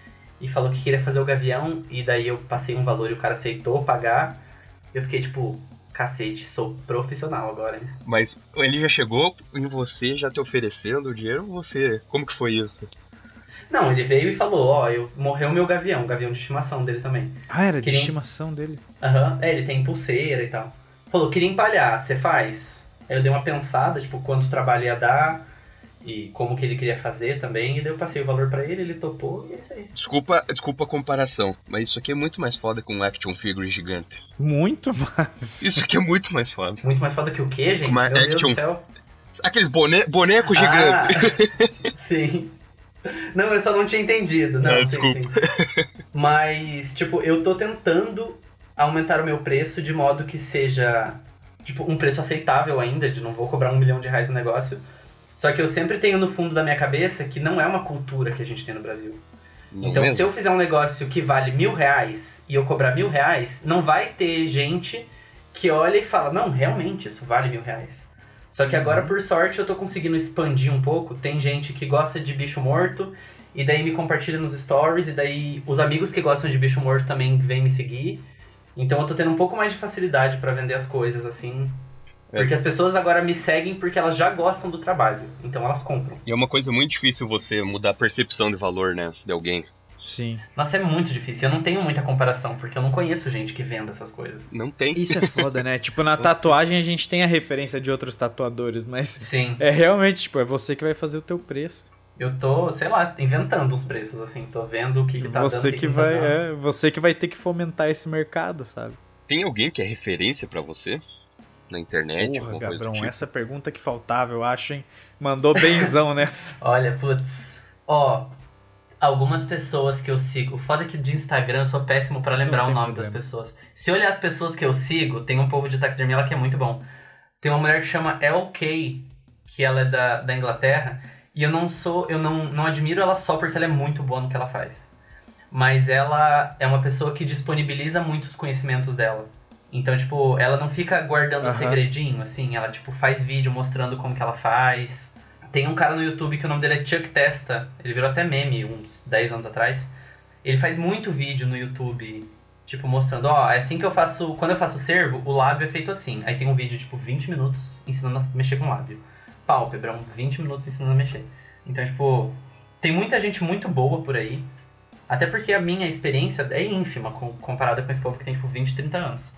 Speaker 2: e falou que queria fazer o gavião, e daí eu passei um valor e o cara aceitou pagar, eu fiquei tipo, cacete, sou profissional agora, né?
Speaker 3: Mas ele já chegou em você, já te oferecendo o dinheiro? Ou você... Como que foi isso?
Speaker 2: Não, ele veio e falou, ó, morreu o meu gavião, o gavião de estimação dele também.
Speaker 1: Ah, era de
Speaker 2: Queria-
Speaker 1: estimação dele.
Speaker 2: Aham, ele tem pulseira e tal. Falou, queria empalhar, você faz? Aí eu dei uma pensada, tipo, quanto trabalho ia dar e como que ele queria fazer também, e daí eu passei o valor pra ele, ele topou e é isso aí.
Speaker 3: Desculpa a comparação, mas isso aqui é muito mais foda que um action figure gigante.
Speaker 1: Muito mais.
Speaker 3: Isso aqui é muito mais foda.
Speaker 2: Muito mais foda que o quê, gente?
Speaker 3: Uma
Speaker 2: Meu Deus
Speaker 3: action-
Speaker 2: do céu.
Speaker 3: Aqueles boneco gigante.
Speaker 2: Ah, sim. Não, eu só não tinha entendido. Não, sim,
Speaker 3: desculpa.
Speaker 2: sim. Mas, tipo, eu tô tentando aumentar o meu preço de modo que seja, tipo, um preço aceitável ainda, de não vou cobrar R$1 milhão no negócio. Só que eu sempre tenho no fundo da minha cabeça que não é uma cultura que a gente tem no Brasil.
Speaker 3: Não
Speaker 2: Então,
Speaker 3: mesmo?
Speaker 2: se eu fizer um negócio que vale R$1.000 e eu cobrar R$1.000, não vai ter gente que olha e fala, não, realmente, isso vale R$1.000. Só que agora, por sorte, eu tô conseguindo expandir um pouco. Tem gente que gosta de bicho morto, e daí me compartilha nos stories, e daí os amigos que gostam de bicho morto também vêm me seguir. Então eu tô tendo um pouco mais de facilidade pra vender as coisas, assim. Porque as pessoas agora me seguem porque elas já gostam do trabalho. Então elas compram.
Speaker 3: E é uma coisa muito difícil você mudar a percepção de valor, né, de alguém.
Speaker 1: Sim.
Speaker 2: Nossa, é muito difícil. Eu não tenho muita comparação, porque eu não conheço gente que venda essas coisas.
Speaker 3: Não tem.
Speaker 1: Isso é foda, né? Tipo, na tatuagem a gente tem a referência de outros tatuadores, mas
Speaker 2: Sim.
Speaker 1: é realmente, tipo, é você que vai fazer o teu preço.
Speaker 2: Eu tô, sei lá, inventando os preços, assim. Tô vendo o que tá
Speaker 1: Você
Speaker 2: dando, o
Speaker 1: que
Speaker 2: não tá
Speaker 1: vai,
Speaker 2: dando.
Speaker 1: você que vai ter que fomentar esse mercado, sabe?
Speaker 3: Tem alguém que é referência pra você? Na internet?
Speaker 1: Porra,
Speaker 3: alguma coisa do
Speaker 1: Gabrão,
Speaker 3: tipo?
Speaker 1: essa pergunta que faltava, eu acho, hein? Mandou benzão nessa.
Speaker 2: Olha, putz. Ó, algumas pessoas que eu sigo. O foda é que de Instagram eu sou péssimo pra lembrar
Speaker 1: Não
Speaker 2: o
Speaker 1: tem
Speaker 2: nome
Speaker 1: problema.
Speaker 2: das pessoas. Se olhar as pessoas que eu sigo, tem um povo de taxidermia lá que é muito bom. Tem uma mulher que chama LK, que ela é da Inglaterra, e eu não admiro ela só porque ela é muito boa no que ela faz. Mas ela é uma pessoa que disponibiliza muitos conhecimentos dela. Então, tipo, ela não fica guardando segredinho, assim, ela, tipo, faz vídeo mostrando como que ela faz. Tem um cara no YouTube que o nome dele é Chuck Testa, ele virou até meme uns 10 anos atrás. Ele faz muito vídeo no YouTube, tipo, mostrando, ó, é assim que eu faço, quando eu faço cervo, o lábio é feito assim. Aí tem um vídeo, tipo, 20 minutos ensinando a mexer com o lábio. Pálpebra, 20 minutos ensinando a mexer. Então, tipo, tem muita gente muito boa por aí. Até porque a minha experiência é ínfima comparada com esse povo que tem, tipo, 20, 30 anos.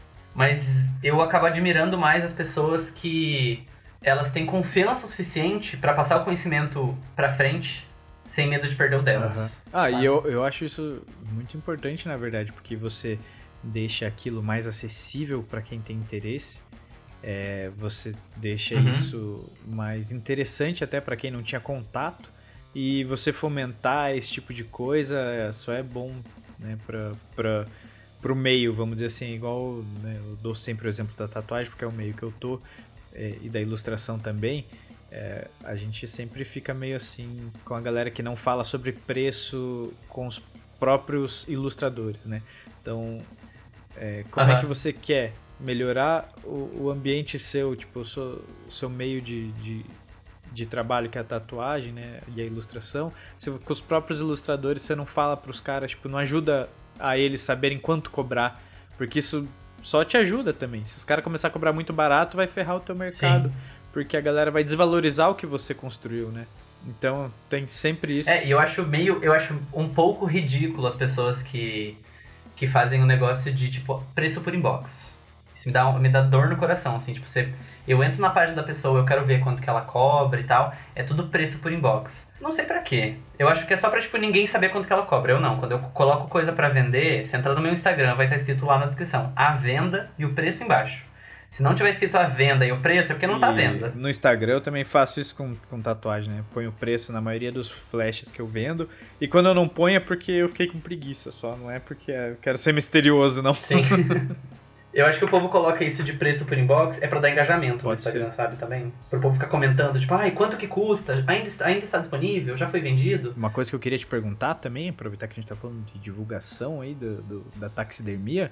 Speaker 2: Mas eu acabo admirando mais as pessoas que elas têm confiança o suficiente pra passar o conhecimento pra frente sem medo de perder o delas.
Speaker 1: Ah,
Speaker 2: sabe?
Speaker 1: e eu acho isso muito importante, na verdade, porque você deixa aquilo mais acessível pra quem tem interesse. Você deixa isso mais interessante até pra quem não tinha contato. E você fomentar esse tipo de coisa só é bom, né, pro meio, vamos dizer assim, igual, né, eu dou sempre o exemplo da tatuagem, porque é o meio que eu tô, e da ilustração também. A gente sempre fica meio assim com a galera que não fala sobre preço com os próprios ilustradores, né? Então, como é que você quer melhorar o ambiente seu, tipo, o seu meio de trabalho, que é a tatuagem, né, e a ilustração? Com os próprios ilustradores você não fala pros caras, tipo, não ajuda a eles saberem quanto cobrar, porque isso só te ajuda também. Se os caras começarem a cobrar muito barato, vai ferrar o teu mercado. Sim. Porque a galera vai desvalorizar o que você construiu, né? Então tem sempre isso.
Speaker 2: E eu acho um pouco ridículo as pessoas que fazem um negócio de, tipo, preço por inbox. Isso me dá dor no coração, assim, tipo, Eu entro na página da pessoa, eu quero ver quanto que ela cobra e tal. É tudo preço por inbox. Não sei pra quê. Eu acho que é só pra, tipo, ninguém saber quanto que ela cobra. Eu não. Quando eu coloco coisa pra vender, se entrar no meu Instagram, vai estar escrito lá na descrição. A venda e o preço embaixo. Se não tiver escrito a venda e o preço, é porque não tá à venda.
Speaker 1: No Instagram eu também faço isso com tatuagem, né? Ponho o preço na maioria dos flashes que eu vendo. E quando eu não ponho é porque eu fiquei com preguiça só. Não é porque eu quero ser misterioso, não.
Speaker 2: Sim. Eu acho que o povo coloca isso de preço por inbox é pra dar engajamento no
Speaker 1: Pode
Speaker 2: Instagram,
Speaker 1: ser.
Speaker 2: sabe, também. Pro povo ficar comentando, tipo, ai, quanto que custa? Ainda está disponível? Já foi vendido?
Speaker 1: Uma coisa que eu queria te perguntar também, aproveitar que a gente tá falando de divulgação aí da taxidermia,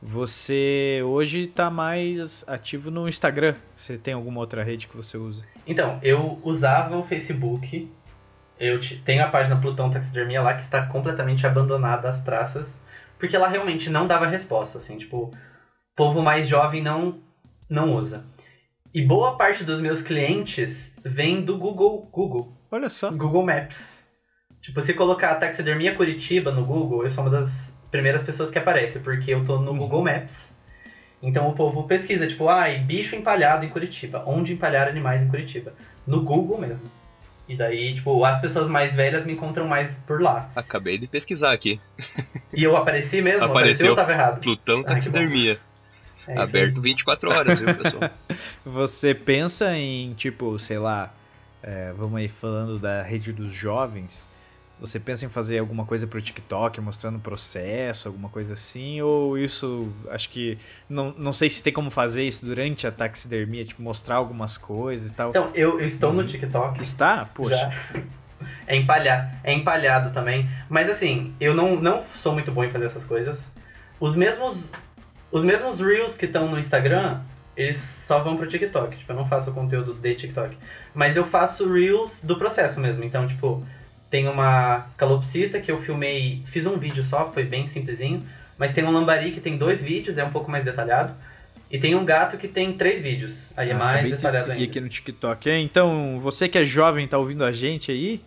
Speaker 1: você hoje tá mais ativo no Instagram. Você tem alguma outra rede que você usa?
Speaker 2: Então, eu usava o Facebook, tenho a página Plutão Taxidermia lá que está completamente abandonada às traças, porque ela realmente não dava resposta, assim, tipo, o povo mais jovem não usa. E boa parte dos meus clientes vem do Google
Speaker 1: Olha só.
Speaker 2: Google Maps. Tipo, se colocar Taxidermia Curitiba no Google, eu sou uma das primeiras pessoas que aparece, porque eu tô no Google Maps. Então o povo pesquisa, tipo, bicho empalhado em Curitiba. Onde empalhar animais em Curitiba? No Google mesmo. E daí, tipo, as pessoas mais velhas me encontram mais por lá.
Speaker 3: Acabei de pesquisar aqui.
Speaker 2: E eu apareci mesmo?
Speaker 3: Apareceu
Speaker 2: Ou eu tava errado?
Speaker 3: Plutão
Speaker 2: que bom.
Speaker 3: Taxidermia.
Speaker 2: É isso
Speaker 3: Aberto
Speaker 2: aí.
Speaker 3: 24 horas, viu, pessoal?
Speaker 1: Você pensa em, tipo, sei lá, vamos aí falando da rede dos jovens, você pensa em fazer alguma coisa pro TikTok, mostrando o processo, alguma coisa assim, ou isso, acho que, não sei se tem como fazer isso durante a taxidermia, tipo, mostrar algumas coisas e tal.
Speaker 2: Então, eu estou no TikTok.
Speaker 1: Está? Poxa.
Speaker 2: Já. É empalhado também. Mas assim, eu não sou muito bom em fazer essas coisas. Os mesmos Reels que estão no Instagram, eles só vão pro TikTok. Tipo, eu não faço conteúdo de TikTok. Mas eu faço Reels do processo mesmo. Então, tipo, tem uma calopsita que eu filmei, fiz um vídeo só, foi bem simplesinho. Mas tem um lambari que tem 2 vídeos, é um pouco mais detalhado. E tem um gato que tem 3 vídeos, aí é mais
Speaker 1: Acabei de
Speaker 2: detalhado
Speaker 1: seguir
Speaker 2: ainda.
Speaker 1: aqui no TikTok. Então, você que é jovem tá ouvindo a gente aí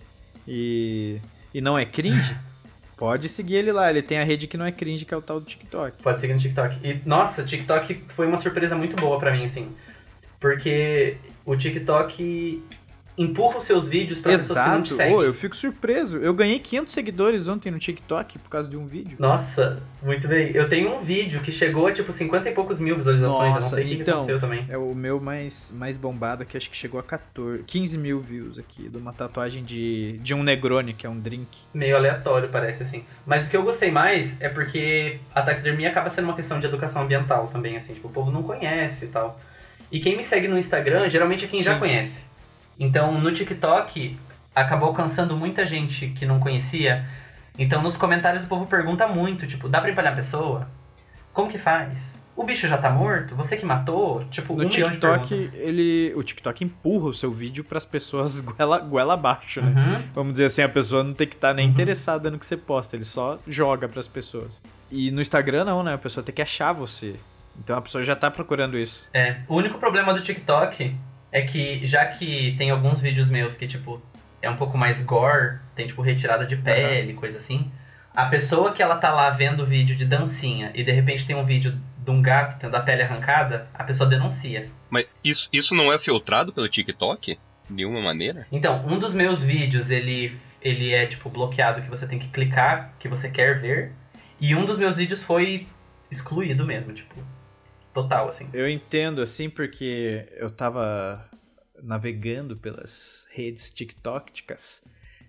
Speaker 1: e não é cringe, pode seguir ele lá. Ele tem a rede que não é cringe, que é o tal do TikTok.
Speaker 2: Pode seguir no TikTok. E, nossa, TikTok foi uma surpresa muito boa pra mim, assim. Porque o TikTok empurra os seus vídeos pra pessoas que não te
Speaker 1: Exato.
Speaker 2: seguem.
Speaker 1: Eu fico surpreso. Eu ganhei 500 seguidores ontem no TikTok por causa de um vídeo.
Speaker 2: Nossa, muito bem. Eu tenho um vídeo que chegou a, tipo, 50 e poucos mil visualizações. Eu não
Speaker 1: Nossa,
Speaker 2: sei o que
Speaker 1: então,
Speaker 2: aconteceu também.
Speaker 1: é o meu mais bombado, que acho que chegou a 15 mil views aqui, de uma tatuagem de um Negroni, que é um drink.
Speaker 2: Meio aleatório, parece, assim. Mas o que eu gostei mais é porque a taxidermia acaba sendo uma questão de educação ambiental também, assim. Tipo, o povo não conhece e tal. E quem me segue no Instagram, geralmente é quem já
Speaker 1: Sim.
Speaker 2: conhece. Então, no TikTok, acabou alcançando muita gente que não conhecia. Então, nos comentários, o povo pergunta muito, tipo, dá pra empalhar a pessoa? Como que faz? O bicho já tá morto? Você que matou? Tipo,
Speaker 1: No
Speaker 2: milhão de
Speaker 1: TikTok,
Speaker 2: perguntas.
Speaker 1: o TikTok empurra o seu vídeo pras pessoas goela abaixo, né?
Speaker 2: Uhum.
Speaker 1: Vamos dizer assim, a pessoa não tem que estar nem interessada no que você posta, ele só joga pras pessoas. E no Instagram não, né? A pessoa tem que achar você. Então a pessoa já tá procurando isso.
Speaker 2: É, o único problema do TikTok é que, já que tem alguns vídeos meus que, tipo, é um pouco mais gore, tem, tipo, retirada de pele, coisa assim, a pessoa que ela tá lá vendo o vídeo de dancinha e, de repente, tem um vídeo de um gato tendo a pele arrancada, a pessoa denuncia.
Speaker 3: Mas isso não é filtrado pelo TikTok? De nenhuma maneira?
Speaker 2: Então, um dos meus vídeos, ele é, tipo, bloqueado, que você tem que clicar, que você quer ver, e um dos meus vídeos foi excluído mesmo, tipo, total, assim.
Speaker 1: Eu entendo, assim, porque eu tava navegando pelas redes tiktókicas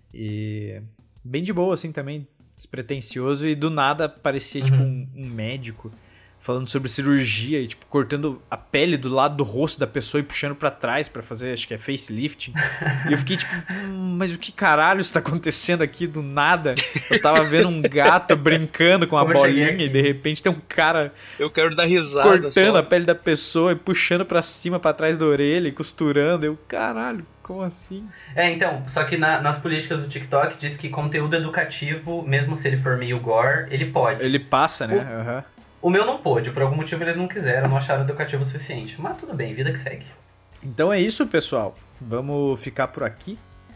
Speaker 1: e bem de boa, assim, também, despretensioso, e do nada parecia, tipo, um médico falando sobre cirurgia e, tipo, cortando a pele do lado do rosto da pessoa e puxando pra trás pra fazer, acho que é facelifting. E eu fiquei, tipo, mas o que caralho está acontecendo aqui do nada? Eu tava vendo um gato brincando com uma
Speaker 2: Como eu cheguei
Speaker 1: bolinha e,
Speaker 2: aqui?
Speaker 1: de repente, tem um cara
Speaker 3: Eu quero dar risada
Speaker 1: cortando
Speaker 3: só.
Speaker 1: a pele da pessoa e puxando pra cima, pra trás da orelha e costurando. Eu, caralho, como assim?
Speaker 2: É, então, só que nas políticas do TikTok diz que conteúdo educativo, mesmo se ele for meio gore, ele pode.
Speaker 1: Ele passa, né? Aham.
Speaker 2: O meu não pôde, por algum motivo eles não quiseram, não acharam educativo o suficiente. Mas tudo bem, vida que segue.
Speaker 1: Então é isso, pessoal. Vamos ficar por aqui,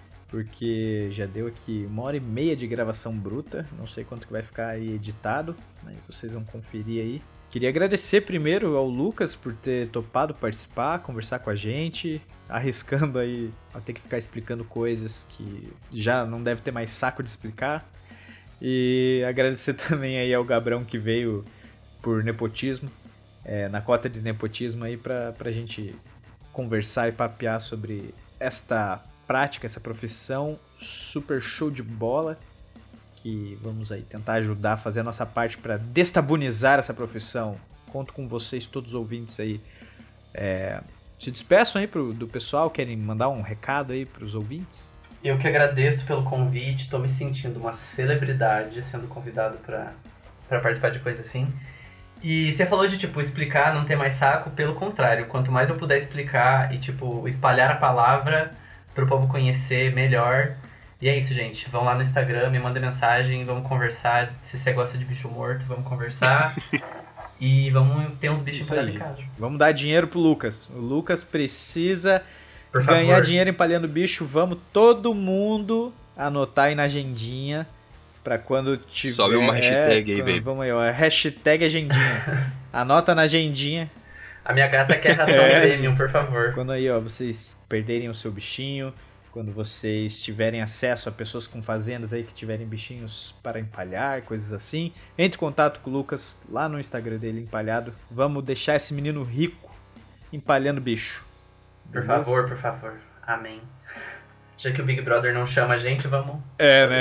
Speaker 1: porque já deu aqui 1h30 de gravação bruta. Não sei quanto que vai ficar aí editado, mas vocês vão conferir aí. queria agradecer primeiro ao Lucas por ter topado participar, conversar com a gente, arriscando aí a ter que ficar explicando coisas que já não deve ter mais saco de explicar. E agradecer também aí ao Gabrão que veio por nepotismo, na cota de nepotismo aí pra gente conversar e papear sobre esta prática, essa profissão super show de bola, que vamos aí tentar ajudar a fazer a nossa parte para destabunizar essa profissão. Conto com vocês, todos os ouvintes aí. Se despeçam aí do pessoal, querem mandar um recado aí pros ouvintes?
Speaker 2: Eu que agradeço pelo convite, tô me sentindo uma celebridade sendo convidado pra participar de coisa assim. E você falou de, tipo, explicar, não ter mais saco, pelo contrário, quanto mais eu puder explicar e, tipo, espalhar a palavra pro povo conhecer melhor. E é isso, gente. Vão lá no Instagram, me mandem mensagem, vamos conversar. Se você gosta de bicho morto, vamos conversar. E vamos ter uns bichos pra casa.
Speaker 1: Vamos dar dinheiro pro Lucas. O Lucas precisa
Speaker 2: Por
Speaker 1: ganhar
Speaker 2: favor.
Speaker 1: dinheiro empalhando bicho. Vamos todo mundo anotar aí na agendinha pra quando tiver...
Speaker 3: Sobe uma hashtag aí, baby.
Speaker 1: Vamos aí, ó. Hashtag agendinha. Anota na agendinha.
Speaker 2: A minha gata quer ração premium, por favor.
Speaker 1: Quando aí, ó, vocês perderem o seu bichinho, quando vocês tiverem acesso a pessoas com fazendas aí que tiverem bichinhos para empalhar, coisas assim, entre em contato com o Lucas lá no Instagram dele, Empalhado. Vamos deixar esse menino rico empalhando bicho.
Speaker 2: Por
Speaker 1: Beleza?
Speaker 2: favor, por favor. Amém. Já que o Big Brother não chama a gente, vamos...
Speaker 1: Né?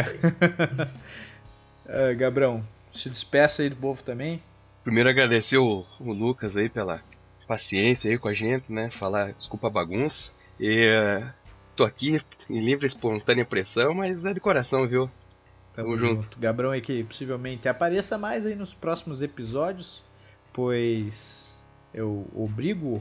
Speaker 1: Gabrão, se despeça aí do povo também.
Speaker 3: Primeiro agradecer o Lucas aí pela paciência aí com a gente, né? Falar desculpa a bagunça. E tô aqui em livre e espontânea pressão, mas é de coração, viu?
Speaker 1: Tamo junto. Gabrão aí que possivelmente apareça mais aí nos próximos episódios, pois eu obrigo.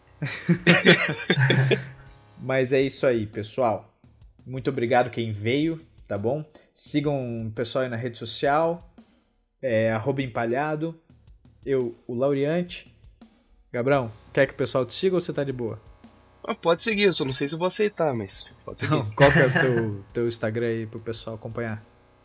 Speaker 1: Mas é isso aí, pessoal. Muito obrigado quem veio, tá bom? Sigam o pessoal aí na rede social, @empalhado. O Laureante. Gabrão, quer que o pessoal te siga ou você tá de boa?
Speaker 3: Pode seguir, eu só não sei se eu vou aceitar, mas pode seguir.
Speaker 1: Não, qual que é o teu Instagram aí pro pessoal acompanhar?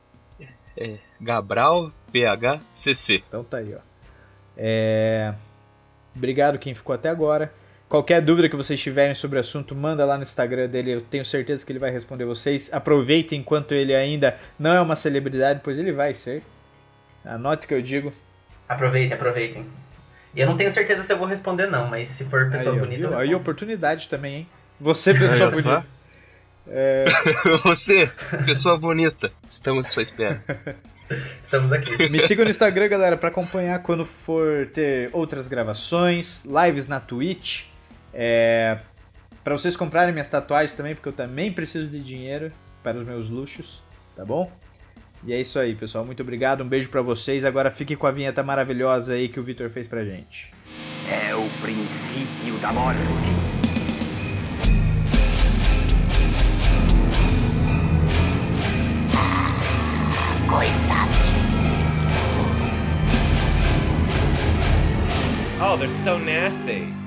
Speaker 3: Gabral PHCC.
Speaker 1: Então tá aí, ó. Obrigado quem ficou até agora. Qualquer dúvida que vocês tiverem sobre o assunto, manda lá no Instagram dele. Eu tenho certeza que ele vai responder vocês. Aproveitem enquanto ele ainda não é uma celebridade, pois ele vai ser. Anote o que eu digo.
Speaker 2: Aproveitem. E eu não tenho certeza se eu vou responder não, mas se for pessoa
Speaker 1: Aí, ó,
Speaker 2: bonita...
Speaker 1: viu? Aí oportunidade também, hein? Você, pessoa
Speaker 3: Olha só.
Speaker 1: bonita.
Speaker 3: Você, pessoa bonita, estamos à sua espera.
Speaker 2: Estamos aqui.
Speaker 1: Me sigam no Instagram, galera, pra acompanhar quando for ter outras gravações, lives na Twitch. Pra vocês comprarem minhas tatuagens também, porque eu também preciso de dinheiro para os meus luxos, tá bom? E é isso aí, pessoal. Muito obrigado, um beijo pra vocês. Agora fiquem com a vinheta maravilhosa aí que o Vitor fez pra gente.
Speaker 4: É o princípio da morte.
Speaker 5: Oh, they're so nasty.